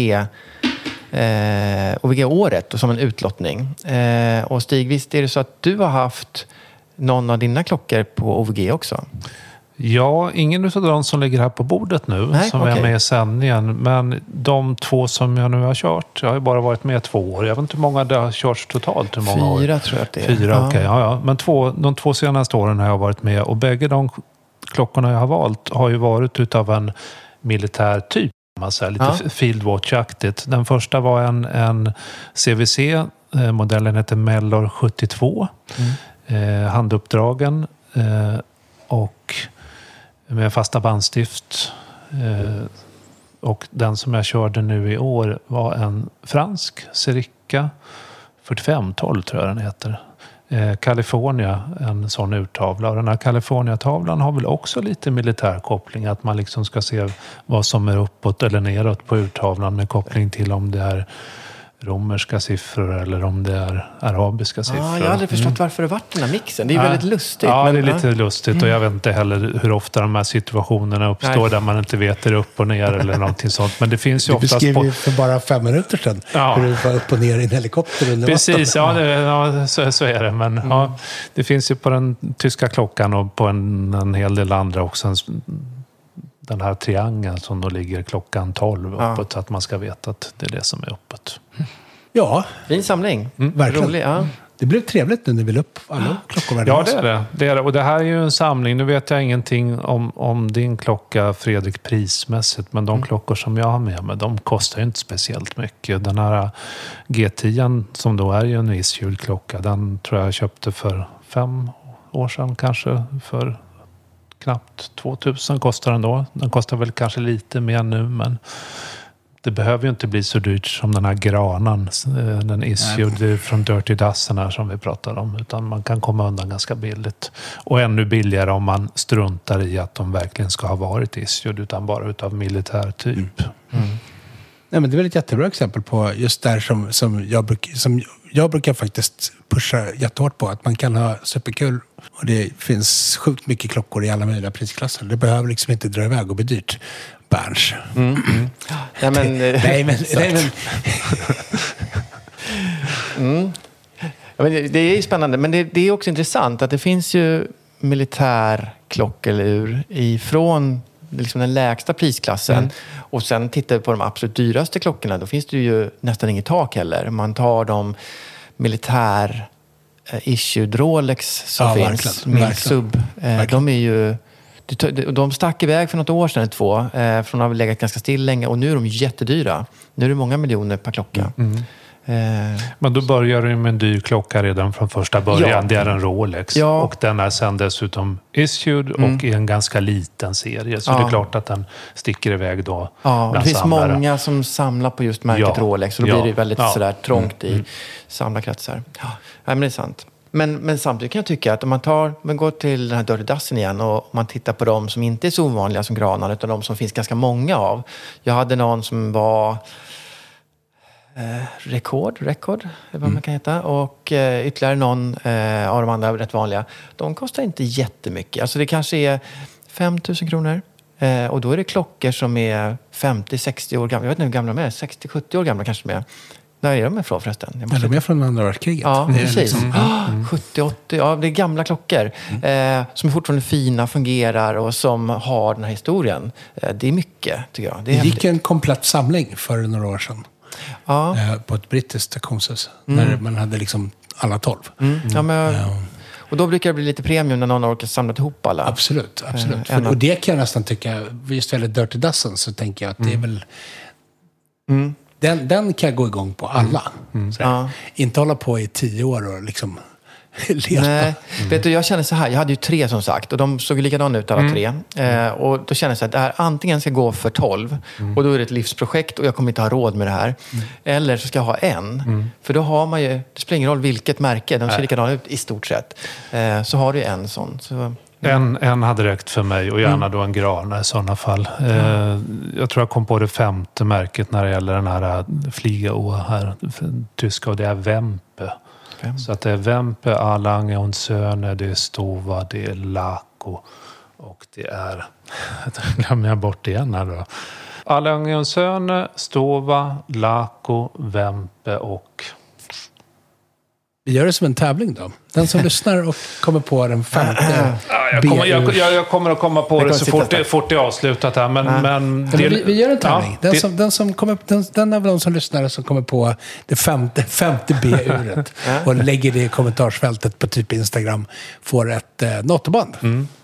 OVG-året och som en utlottning. Och Stig, visst är det så att du har haft någon av dina klockor på OVG också? Ja, ingen av de som ligger här på bordet nu. Nej, som är med i sändningen. Men de 2 som jag nu har kört, jag har ju bara varit med 2 år. Jag vet inte hur många det har körts totalt. Hur många 4 år? Tror jag att det är. 4, okej. Ja. Men de 2 senaste åren har jag varit med. Och bägge de klockorna jag har valt har ju varit utav en militär typ. Lite Fieldwatch-aktigt. Den första var en CVC Modellen heter Mellor 72. Handuppdragen och med fasta bandstift. Och den som jag körde nu i år var en fransk Serica 4512 tror jag den heter. California, en sån urtavla. Och den här California-tavlan har väl också lite militär koppling. Att man liksom ska se vad som är uppåt eller neråt på urtavlan med koppling till om det är romerska siffror eller om det är arabiska siffror. Jag har aldrig förstått varför det varit den här mixen. Det är väldigt lustigt. Ja, men det är lite lustigt och jag vet inte heller hur ofta de här situationerna uppstår där man inte vet det upp och ner eller någonting sånt. Men det finns ju oftast beskrev ju för bara 5 minuter sedan hur det var upp och ner i en helikopter under precis, så är det. Men det finns ju på den tyska klockan och på en hel del andra också den här triangeln som då ligger klockan 12 uppåt så att man ska veta att det är det som är uppåt. Ja. Fin samling. Verkligen. Rolig, ja. Det blev trevligt nu när vi la upp alla klockor. Ja, det är det. Och det här är ju en samling. Nu vet jag ingenting om din klocka, Fredrik, prismässigt. Men de klockor som jag har med mig, de kostar ju inte speciellt mycket. Den här G10 som då är ju en issued klocka, den tror jag köpte för 5 år sedan kanske. För knappt 2000 kostar den då. Den kostar väl kanske lite mer nu, men det behöver ju inte bli så dyrt som den här granan, den issued från Dirty Dozen här som vi pratade om, utan man kan komma undan ganska billigt. Och ännu billigare om man struntar i att de verkligen ska ha varit issued utan bara utav militär typ. Nej, men det är väl ett jättebra exempel på just där som jag brukar faktiskt pusha jättehårt på, att man kan ha superkul och det finns sjukt mycket klockor i alla möjliga prisklasser. Det behöver liksom inte dra iväg och bli dyrt. Berns. Ja, men, Ja, men det är ju spännande, men det är också intressant att det finns ju militärklockelur ifrån liksom den lägsta prisklassen och sen tittar vi på de absolut dyraste klockorna, då finns det ju nästan inget tak heller. Man tar de militär issued Rolex som finns med sub. De är ju de stack iväg för något år sedan eller 2 från att ha legat ganska still länge och nu är de jättedyra. Nu är det många miljoner per klocka. Men då börjar du med en dyr klocka redan från första början. Det är en Rolex. Och den är sen dessutom issued och i en ganska liten serie. Så det är klart att den sticker iväg då. Det finns många som samlar på just märket Rolex. Och då blir det väldigt sådär trångt i samlarkretsar. Men det är sant. Men samtidigt kan jag tycka att om man går till den här Dirty Dozen igen och man tittar på de som inte är så ovanliga som granar utan de som finns ganska många av. Jag hade någon som var Rekord, vad man kan heta, och ytterligare någon av de andra rätt vanliga. De kostar inte jättemycket. Alltså det kanske är 5 000 kronor. Och då är det klockor som är 50-60 år gamla. Jag vet inte hur gamla de är, 60-70 år gamla kanske de är. När är de ifrån förresten? De är från andra världskriget. Ja, precis. Liksom, 70-80, ja, det är gamla klockor. Som är fortfarande fina, fungerar och som har den här historien. Det är mycket, tycker jag. Det gick en komplett samling för några år sedan. På ett brittiskt auktionshus. När man hade liksom alla 12. Och då brukar det bli lite premium när någon orkar samla ihop alla. Absolut. Och det kan jag nästan tycka, just väldigt Dirty Dozen så tänker jag att det är väl... Den kan jag gå igång på alla. Inte hålla på i 10 år och liksom leta. Nej. Vet du, jag känner så här. Jag hade ju 3 som sagt. Och de såg likadana ut alla 3. Och då känner jag så att det här antingen ska gå för 12. Och då är det ett livsprojekt och jag kommer inte ha råd med det här. Eller så ska jag ha en. För då har man ju, det spelar ingen roll vilket märke. De ser likadana ut i stort sett. Så har du ju en sån. Så... En hade räckt för mig och gärna då en grana i sådana fall. Jag tror jag kom på det 5:e märket när det gäller den här Fliga här tyska och det är Wempe. Så att det är Wempe, Alange och Söne, det är Stova, det är Laco och det är, glömmer jag bort igen här då. Alange och Söne, Stova, Laco, Wempe och... Vi gör det som en tävling då. Den som lyssnar och kommer på den 5:e... Jag kommer att komma på det så fort det är avslutat här. Men vi gör en tävling. Den av de som lyssnar som kommer på det 5:e B-uret och lägger det i kommentarsfältet på typ Instagram får ett notoband.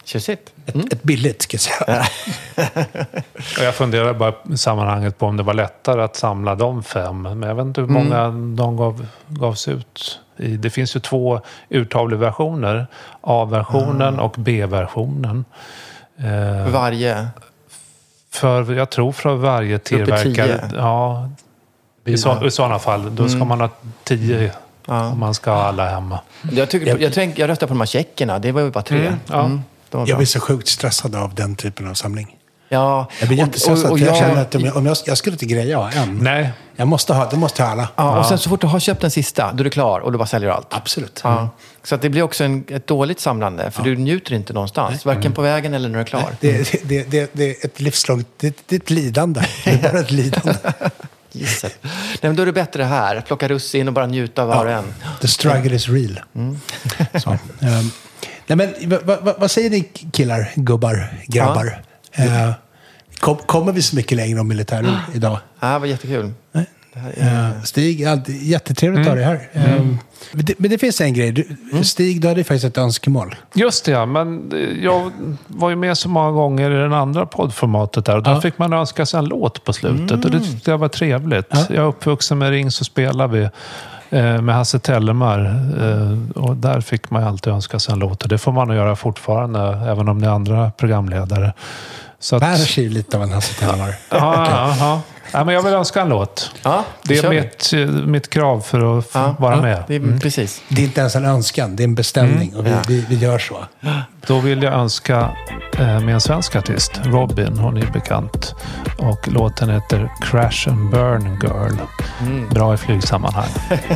Tjusigt. Ett billigt, ska jag säga. Och jag funderar bara i sammanhanget på om det var lättare att samla de 5. Men jag vet inte hur många de gavs ut i. Det finns ju 2 urtavleversioner. A-versionen och B-versionen. Varje? Jag tror för varje tillverkare. Ja, i sådana fall. Då ska man ha 10 om man ska ha alla hemma. Jag röstar på de här checkerna. Det var ju bara 3. Jag blir så sjukt stressad av den typen av samling. Ja. Jag blir jättestressad. Och jag känner att jag skulle inte greja en. Nej. Jag måste ha alla. Ja, och sen så fort du har köpt den sista, då är du klar och du bara säljer allt. Absolut. Ja. Så att det blir också ett dåligt samlande. För du njuter inte någonstans. Varken på vägen eller när du är klar. Det är ett livslångt... Det är ett lidande. Det är bara ett lidande. Nej, men då är det bättre här. Plocka russin och bara njuta av var och en. The struggle is real. Så. Nej, men vad säger ni killar, gubbar, grabbar? Kommer vi så mycket längre om militärer idag? Ja, det var jättekul. Stig, jättetrevligt att ha dig här. Men det finns en grej. Stig, du hade faktiskt ett önskemål. Just det, ja. Men jag var ju med så många gånger i den andra poddformatet där. Och då fick man önska sig en låt på slutet. Och det tyckte jag var trevligt. Jag är uppvuxen med Ring så spelar vi med Hasse Tellemar. Och där fick man alltid önska sig en låt. Och det får man göra fortfarande, även om det är andra programledare. Bärs ju lite av en Hasse Tellemar. Ja. Ja, men jag vill önska en låt. Ja, det är mitt krav för att vara med. Det är, precis. Det är inte ens en önskan, det är en beställning. Och vi gör så. Då vill jag önska med en svensk artist, Robin, hon är bekant. Och låten heter Crash and Burn Girl. Bra i flygsammanhang.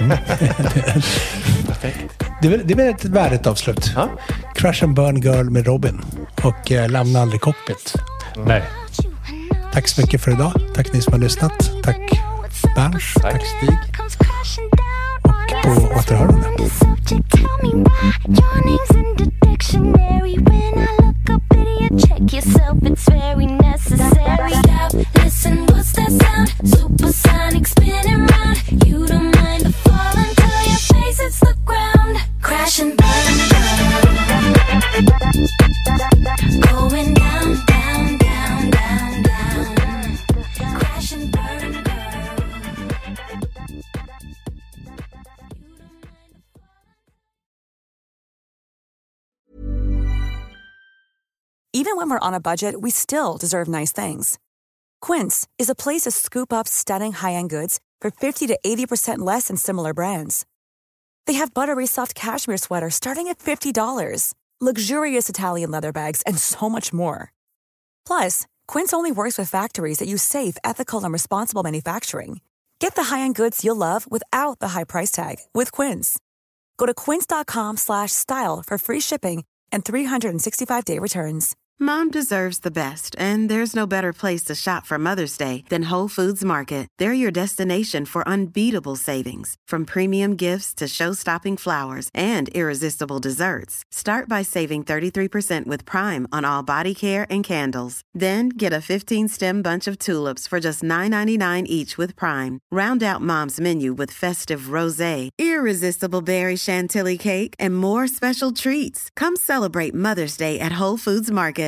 Perfekt. Det är väl ett värdigt avslut. Crash and Burn Girl med Robin. Och lämna aldrig cockpit. Nej. Tack så mycket för idag. Tack ni som har lyssnat. Tack Berns. Tack Stig. Och på återhörande. Crash and burn, going down, down, down, down, down. Crash and burn, Even when we're on a budget, we still deserve nice things. Quince is a place to scoop up stunning high-end goods for 50 to 80% less than similar brands. They have buttery soft cashmere sweaters starting at $50, luxurious Italian leather bags, and so much more. Plus, Quince only works with factories that use safe, ethical, and responsible manufacturing. Get the high-end goods you'll love without the high price tag with Quince. Go to quince.com/style for free shipping and 365-day returns. Mom deserves the best, and there's no better place to shop for Mother's Day than Whole Foods Market. They're your destination for unbeatable savings, from premium gifts to show-stopping flowers and irresistible desserts. Start by saving 33% with Prime on all body care and candles. Then get a 15-stem bunch of tulips for just $9.99 each with Prime. Round out Mom's menu with festive rosé, irresistible berry chantilly cake, and more special treats. Come celebrate Mother's Day at Whole Foods Market.